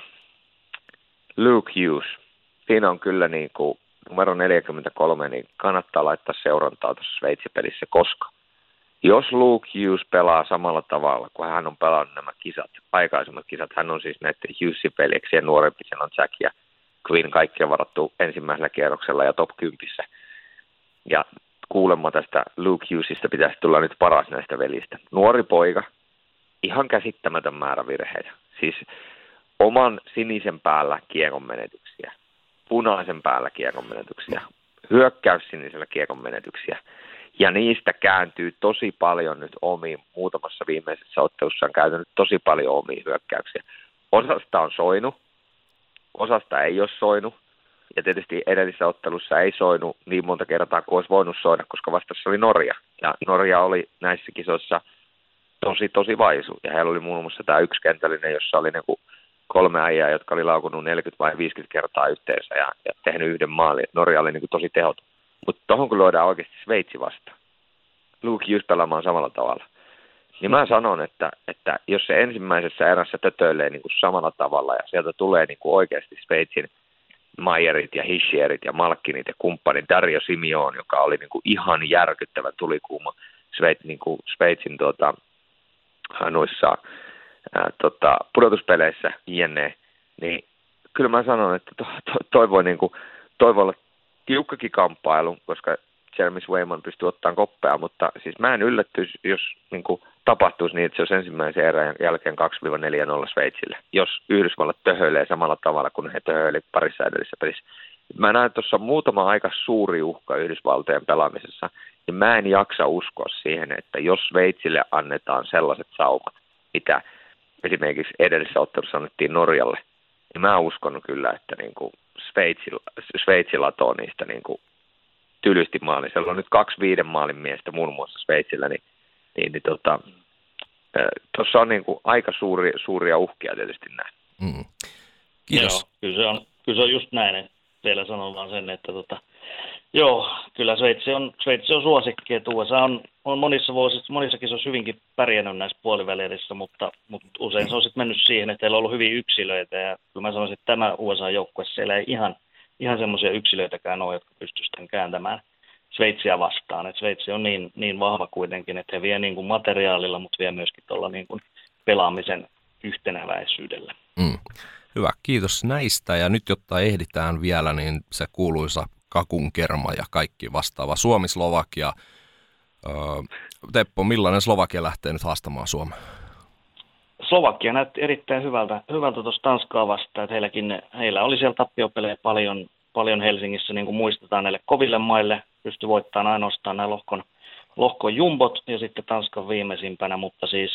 Luke Hughes, siinä on kyllä niin kuin numero neljäkymmentäkolme, niin kannattaa laittaa seurantaa tuossa Sveitsi-pelissä, koska jos Luke Hughes pelaa samalla tavalla, kun hän on pelannut nämä kisat, aikaisemmat kisat, hän on siis näiden Hughesin peliksi ja nuorempi, siellä on Jack ja Quinn, kaikki on varattu ensimmäisellä kierroksella ja top kympissä. Ja kuulemma tästä Luke Hughesista pitäisi tulla nyt paras näistä velistä. Nuori poika, ihan käsittämätön määrä virheitä. Siis oman sinisen päällä kiekon menetyksiä, punaisen päällä kiekon menetyksiä, hyökkäys sinisellä kiekon menetyksiä. Ja niistä kääntyy tosi paljon nyt omiin, muutamassa viimeisessä ottelussa on käytänyt tosi paljon omiin hyökkäyksiä. Osasta on soinut, osasta ei ole soinut, ja tietysti edellisessä ottelussa ei soinut niin monta kertaa kuin olisi voinut soida, koska vastassa oli Norja. Ja Norja oli näissä kisoissa tosi, tosi vaisu. Ja heillä oli muun muassa tämä yksi kentällinen, jossa oli niinku kolme äijää, jotka oli laukunut neljäkymmentä vai viisikymmentä kertaa yhteensä ja, ja tehnyt yhden maalin. Norja oli niinku tosi tehoton. Mutta tuohon kun luodaan oikeasti Sveitsi vastaan, Luke Hughes pelaamaan samalla tavalla, niin mä sanon, että, että jos se ensimmäisessä erässä tötöilee niin kuin samalla tavalla ja sieltä tulee niin kuin oikeasti Sveitsin Mayerit ja Hischierit ja Malkinit ja kumppanit, Dario Simeon, joka oli niin kuin ihan järkyttävän tulikuuma Sveit, niin kuin Sveitsin tuota, noissa ää, tota, pudotuspeleissä jne, niin kyllä mä sanon, että to, to, toi voi, niin kuin, toi voi olla tiukkakin kamppailu, koska Jeremy Swayman pystyy ottamaan koppea, mutta siis mä en yllättyisi, jos niin kuin, tapahtuisi niin, että se olisi ensimmäisen erän jälkeen kaksi neljä nolla Sveitsille, jos Yhdysvallat töhöilee samalla tavalla kuin he töhöili parissa edellisessä pelissä. Mä näen, että tuossa on muutama aika suuri uhka Yhdysvaltojen pelaamisessa, ja mä en jaksa uskoa siihen, että jos Sveitsille annetaan sellaiset saumat, mitä esimerkiksi edellisessä ottelussa annettiin Norjalle, niin mä uskon kyllä, että niin kuin Sveitsi, Sveitsi latoo niistä niin kuin tylysti maalin. Siellä on nyt kaksi viiden maalin miestä muun muassa Sveitsillä, niin, niin, niin tota, tuossa on niin kuin aika suuri, suuria uhkia tietysti näin. Mm. Kiitos. Joo, kyllä se on, kyllä se on just näin. Vielä sanon vaan sen, että tota, joo, kyllä Sveitsi on, Sveitsi on suosikki, että U S A on, on monissa vuosissa, monissakin se on hyvinkin pärjännyt näissä puolivälierissä, mutta, mutta usein se on sitten mennyt siihen, että heillä on ollut hyviä yksilöitä, ja kyllä mä sanoisin, että tämä U S A-joukkue, siellä ei ihan, ihan semmoisia yksilöitäkään ole, jotka pystyisivät kääntämään Sveitsiä vastaan. Et Sveitsi on niin, niin vahva kuitenkin, että he vie niin kuin materiaalilla, mutta vie myöskin tuolla niin kuin pelaamisen yhtenäväisyydellä. Mm. Hyvä, kiitos näistä. Ja nyt, jotta ehditään vielä, niin se kuuluisa kakun kerma ja kaikki vastaava. Suomi-Slovakia. Öö, Teppo, millainen Slovakia lähtee nyt haastamaan Suomea? Slovakia näytti erittäin hyvältä, hyvältä tuossa Tanskaa vastaan. Että heilläkin, heillä oli siellä tappiopelejä paljon, paljon Helsingissä, niin kuin muistetaan näille koville maille. Pystyi voittamaan ainoastaan nämä lohkon, lohkon jumbot ja sitten Tanskan viimeisimpänä, mutta siis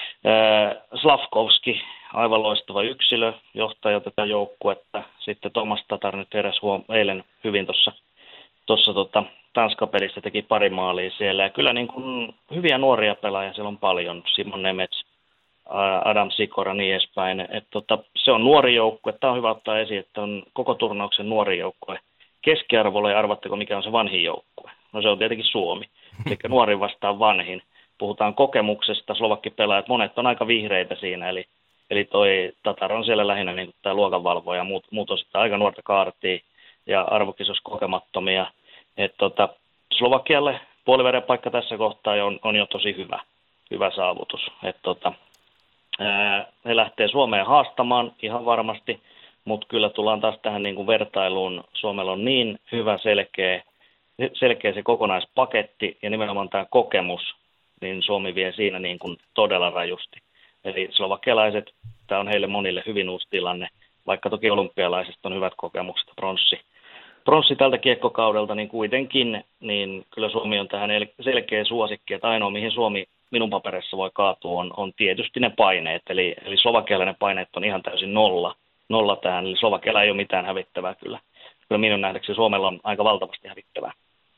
äh, Slavkovski, aivan loistava yksilö, johtaja tätä joukkuetta. Sitten Thomas Tatar nyt heräsi huom- eilen hyvin tuossa tuossa tota, Tanska-pelissä, teki pari maalia siellä. Ja kyllä niin kuin hyviä nuoria pelaajia siellä on paljon, Simon Nemets, Adam Sikora ja niin edespäin. Et tota, se on nuori joukkue, tämä on hyvä ottaa esiin, että on koko turnauksen nuori joukkue. Keskiarvolla ja arvatteko mikä on se vanhin joukkue? No se on tietenkin Suomi, eli nuori vastaan vanhin. puhutaan kokemuksesta, slovakkipelaajat, monet on aika vihreitä siinä, eli, eli toi Tatar on siellä lähinnä niin tämä luokanvalvoja, muut, muut on sitten aika nuorta kaartia ja arvokisossa kokemattomia. Et tota, Slovakialle puolivälin paikka tässä kohtaa on, on jo tosi hyvä, hyvä saavutus. Et tota, ää, he lähtee Suomeen haastamaan ihan varmasti, mutta kyllä tullaan taas tähän niin kuin vertailuun. Suomella on niin hyvä selkeä, selkeä se kokonaispaketti ja nimenomaan tämä kokemus, niin Suomi vie siinä niin kuin todella rajusti. Eli slovakialaiset, tämä on heille monille hyvin uusi tilanne, vaikka toki olympialaisista on hyvät kokemukset, bronssi. Bronssi tältä kiekkokaudelta, niin kuitenkin niin kyllä Suomi on tähän selkeä suosikki, että ainoa mihin Suomi minun paperissa voi kaatua on, on tietysti ne paineet, eli, eli slovakialainen paineet on ihan täysin nolla, nolla tähän, eli Slovakialla ei ole mitään hävittävää kyllä. Kyllä minun nähdäkseni Suomella on aika valtavasti hävittävää.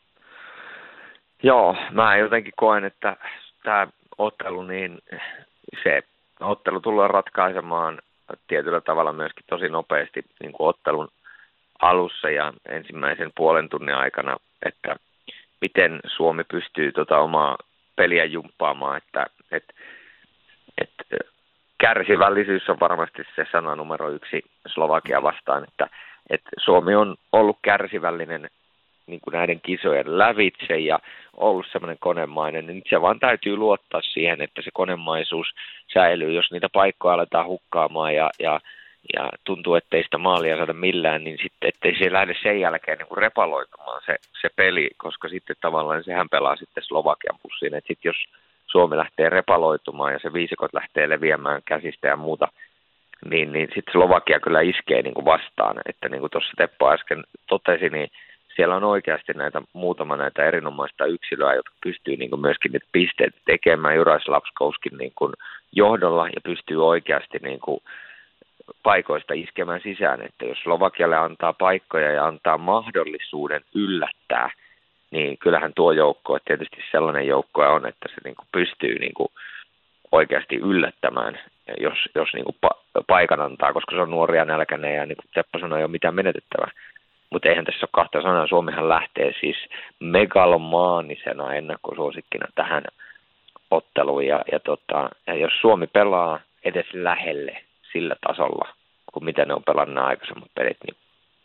Joo, mä jotenkin koen, että tämä ottelu, niin se ottelu tullaan ratkaisemaan tietyllä tavalla myöskin tosi nopeasti niin kuin ottelun alussa ja ensimmäisen puolen tunnin aikana, että miten Suomi pystyy tota omaa peliä jumppaamaan, että et, et, kärsivällisyys on varmasti se sana numero yksi Slovakia vastaan, että et Suomi on ollut kärsivällinen niin kuin näiden kisojen lävitse ja ollut semmoinen konemainen, niin se vaan täytyy luottaa siihen, että se konemaisuus säilyy, jos niitä paikkoja aletaan hukkaamaan ja, ja, ja tuntuu, ettei sitä maalia saada millään, niin sitten ettei se lähde sen jälkeen niin kuin repaloitumaan se, se peli, koska sitten tavallaan sehän pelaa sitten Slovakian pussiin, että sitten jos Suomi lähtee repaloitumaan ja se viisikot lähtee leviämään käsistä ja muuta, niin, niin sitten Slovakia kyllä iskee niin kuin vastaan, että niin kuin tuossa Teppo äsken totesi, niin siellä on oikeasti näitä muutama näitä erinomaista yksilöä, jotka pystyy niin kuin myöskin niitä pisteitä tekemään Juraj Slafskouskin niin kuin johdolla ja pystyy oikeasti niin kuin paikoista iskemään sisään. Että jos Slovakialle antaa paikkoja ja antaa mahdollisuuden yllättää, niin kyllähän tuo joukko, että tietysti sellainen joukko on, että se niin kuin pystyy niin kuin oikeasti yllättämään, jos, jos niin kuin pa- paikan antaa, koska se on nuoria nälkäinen ja niin kuin Teppo sanoi, ei ole mitään menetettävää. Mutta eihän tässä ole kahta sanaa. Suomihan lähtee siis megalomaanisena ennakkosuosikkina tähän otteluun. Ja, ja, tota, ja jos Suomi pelaa edes lähelle sillä tasolla, kuin mitä ne on pelannut nämä aikaisemmat pelit, niin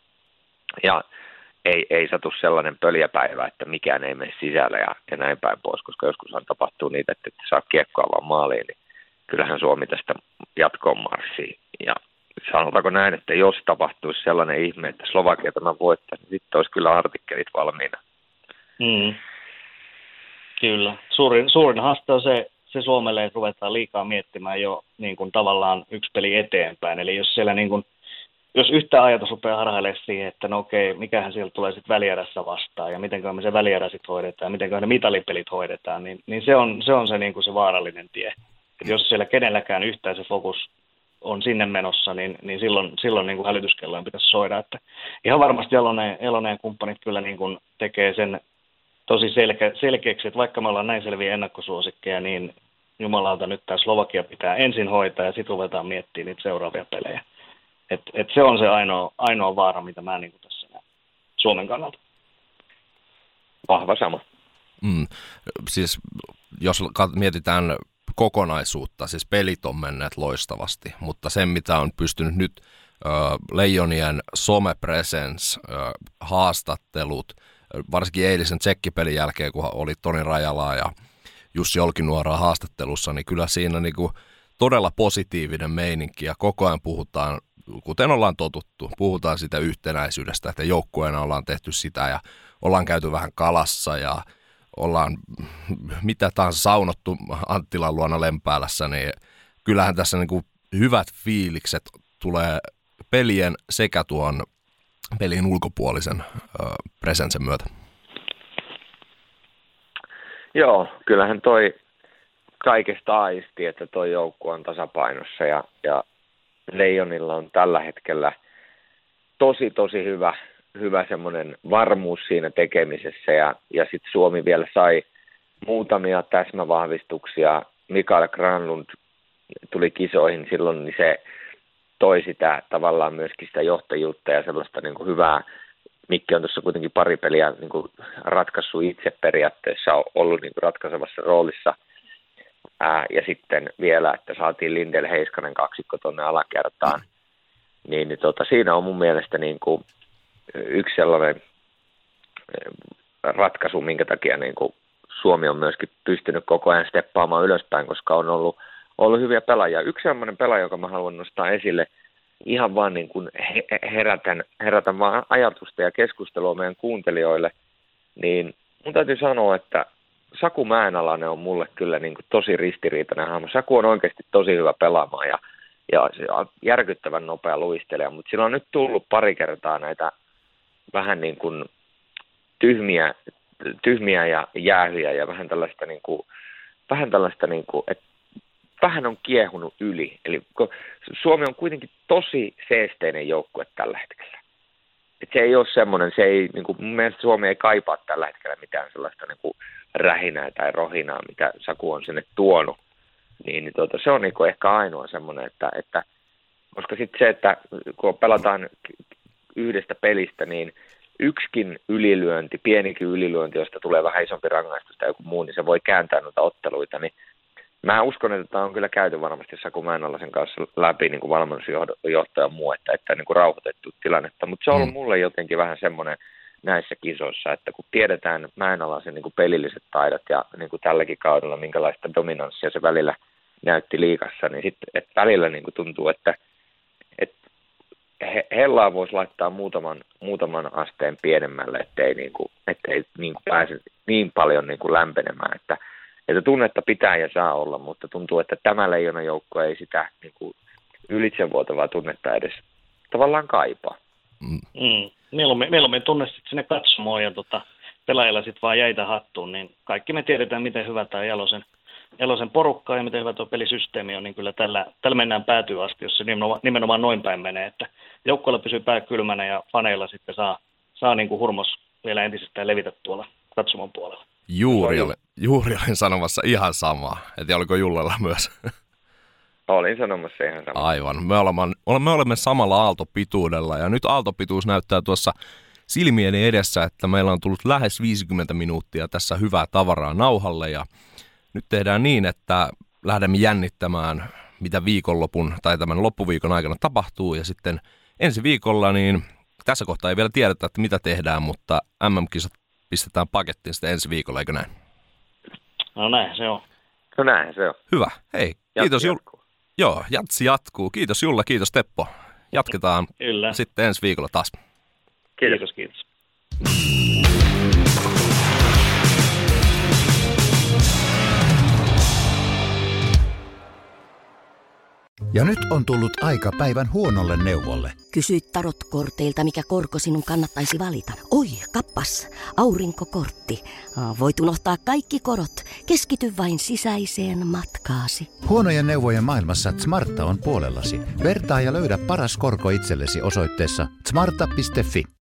ja ei, ei satu sellainen pöljäpäivä, että mikään ei mene sisällä ja, ja näin päin pois, koska joskushan tapahtuu niitä, että et saa kiekkoa vaan maaliin, niin kyllähän Suomi tästä jatkoon marssii. Ja sanotaanko näin, että jos tapahtuisi sellainen ihme, että Slovakia tämä voittaisi, niin sitten olisi kyllä artikkelit valmiina. Mm. Kyllä. Suurin, suurin haaste on se, se Suomelle, että ruvetaan liikaa miettimään jo niin kuin tavallaan yksi peli eteenpäin. Eli jos siellä niin kuin, jos yhtä ajatus rupeaa harhailemaan siihen, että no okei, mikähän sieltä tulee sitten välierässä vastaan ja mitenköhän me se välierä sitten hoidetaan, mitenköhän ne mitalipelit hoidetaan, niin, niin se on se, on se, niin kuin se vaarallinen tie. Et jos siellä kenelläkään yhtään se fokus on sinne menossa, niin, niin silloin, silloin niin kuin hälytyskellojen pitäisi soida. Että ihan varmasti Elonen, Elonen ja kumppanit kyllä niin kuin tekee sen tosi selke, selkeäksi, että vaikka me ollaan näin selviä ennakkosuosikkeja, niin jumalauta nyt tämä Slovakia pitää ensin hoitaa ja sitten ruvetaan miettimään niitä seuraavia pelejä. Et, et se on se ainoa, ainoa vaara, mitä mä niin kuin tässä näen Suomen kannalta. Vahva sama. Mm, siis jos mietitään kokonaisuutta, siis pelit on menneet loistavasti, mutta se mitä on pystynyt nyt ö, Leijonien somepresence, ö, haastattelut, varsinkin eilisen tsekkipelin jälkeen, kun oli Toni Rajalaa ja Jussi Olkinuoraa haastattelussa, niin kyllä siinä niinku todella positiivinen meininki ja koko ajan puhutaan, kuten ollaan totuttu, puhutaan sitä yhtenäisyydestä, että joukkueena ollaan tehty sitä ja ollaan käyty vähän kalassa ja ollaan mitä tahansa saunottu Anttilan luona Lempäälässä, niin kyllähän tässä niin kuin hyvät fiilikset tulee pelien sekä tuon pelin ulkopuolisen ö, presensen myötä. Joo, kyllähän toi kaikesta aisti, että toi joukkue on tasapainossa ja, ja Leijonilla on tällä hetkellä tosi tosi hyvä hyvä semmoinen varmuus siinä tekemisessä ja, ja sitten Suomi vielä sai muutamia täsmävahvistuksia. Mikael Granlund tuli kisoihin silloin, niin se toi sitä tavallaan myöskin sitä johtajuutta ja sellaista niin kuin hyvää. Mikki on tuossa kuitenkin pari peliä niin kuin ratkaissut itse periaatteessa, on ollut niin kuin ratkaisevassa roolissa. Ää, ja sitten vielä, että saatiin Lindell Heiskanen kaksikko tuonne alakertaan. Niin, niin tota, siinä on mun mielestä niin kuin yksi sellainen ratkaisu, minkä takia niin kuin Suomi on myöskin pystynyt koko ajan steppaamaan ylöspäin, koska on ollut, ollut hyviä pelaajia. Yksi sellainen pelaaja, joka mä haluan nostaa esille, ihan vaan niin kuin herätän, herätän vaan ajatusta ja keskustelua meidän kuuntelijoille, niin mun täytyy sanoa, että Saku Mäenalainen on mulle kyllä niin kuin tosi ristiriitainen hahmo. Saku on oikeasti tosi hyvä pelaamaan ja, ja se on järkyttävän nopea luistelija, mutta sillä on nyt tullut pari kertaa näitä vähän niin kuin tyhmiä, tyhmiä ja jäähyjä ja vähän tällaista, niin kuin, vähän tällaista niin kuin, että vähän on kiehunut yli. Eli Suomi on kuitenkin tosi seesteinen joukkue tällä hetkellä. Et se ei ole semmoinen, se ei, niin kuin, mun mielestä Suomi ei kaipaa tällä hetkellä mitään sellaista niin kuin rähinää tai rohinaa, mitä Saku on sinne tuonut. Niin, niin tuota, se on niin kuin ehkä ainoa semmoinen, että, että koska sitten se, että kun pelataan yhdestä pelistä, niin yksikin ylilyönti, pienikin ylilyönti, josta tulee vähän isompi rangaistus tai joku muu, niin se voi kääntää noita otteluita. Niin mä uskon, että tämä on kyllä käyty varmasti Saku Mäenalaisen kanssa läpi niin kuin valmennusjohtaja ja muu, että, että niin kuin rauhoitettu tilannetta. Mutta se on ollut mulle jotenkin vähän semmoinen näissä kisoissa, että kun tiedetään Mäenalaisen niin kuin pelilliset taidot ja niin kuin tälläkin kaudella, minkälaista dominanssia se välillä näytti liigassa, niin sitten että välillä niin kuin tuntuu, että Hellaa voisi laittaa muutaman, muutaman asteen pienemmälle, ettei, niin kuin, ettei niin kuin pääse niin paljon niin kuin lämpenemään. Että, että tunnetta pitää ja saa olla, mutta tuntuu, että tämä Leijona-joukko ei sitä niin kuin ylitsevuotavaa tunnetta edes tavallaan kaipaa. Mm. Mieluummin, mieluummin tunne sitten sinne katsomoon ja tota, pelaajilla sitten vaan jäitä hattuun, niin kaikki me tiedetään, miten hyvä tämä Jalosen, Jalosen porukka ja miten hyvä tuo pelisysteemi on, niin kyllä tällä, tällä mennään päätyy asti, jos se nimenomaan, nimenomaan noin päin menee, että joukkueella pysyy pää kylmänä ja faneilla sitten saa, saa niin kuin hurmos vielä entisestään levitä tuolla katsomon puolella. Juuri, oli, juuri olin sanomassa ihan samaa, että oliko Jullella myös? Olin sanomassa ihan samaa. Aivan, me olemme, me olemme samalla aaltopituudella ja nyt aaltopituus näyttää tuossa silmieni edessä, että meillä on tullut lähes viisikymmentä minuuttia tässä hyvää tavaraa nauhalle ja nyt tehdään niin, että lähdemme jännittämään, mitä viikonlopun tai tämän loppuviikon aikana tapahtuu. Ja sitten ensi viikolla, niin tässä kohtaa ei vielä tiedetä, että mitä tehdään, mutta M M-kisat pistetään pakettiin sitten ensi viikolla, eikö näin? No näin se on. No näin se on. Hyvä. Hei, kiitos Julla. Joo, jatsi jatkuu. Kiitos Julla, kiitos Teppo. Jatketaan Kyllä. sitten ensi viikolla taas. Kiitos, kiitos. Ja nyt on tullut aika päivän huonolle neuvolle. Kysy tarotkorteilta, mikä korko sinun kannattaisi valita. Oi, kappas, aurinkokortti. Voit unohtaa kaikki korot. Keskity vain sisäiseen matkaasi. Huonojen neuvojen maailmassa Smarta on puolellasi. Vertaa ja löydä paras korko itsellesi osoitteessa smarta piste fi.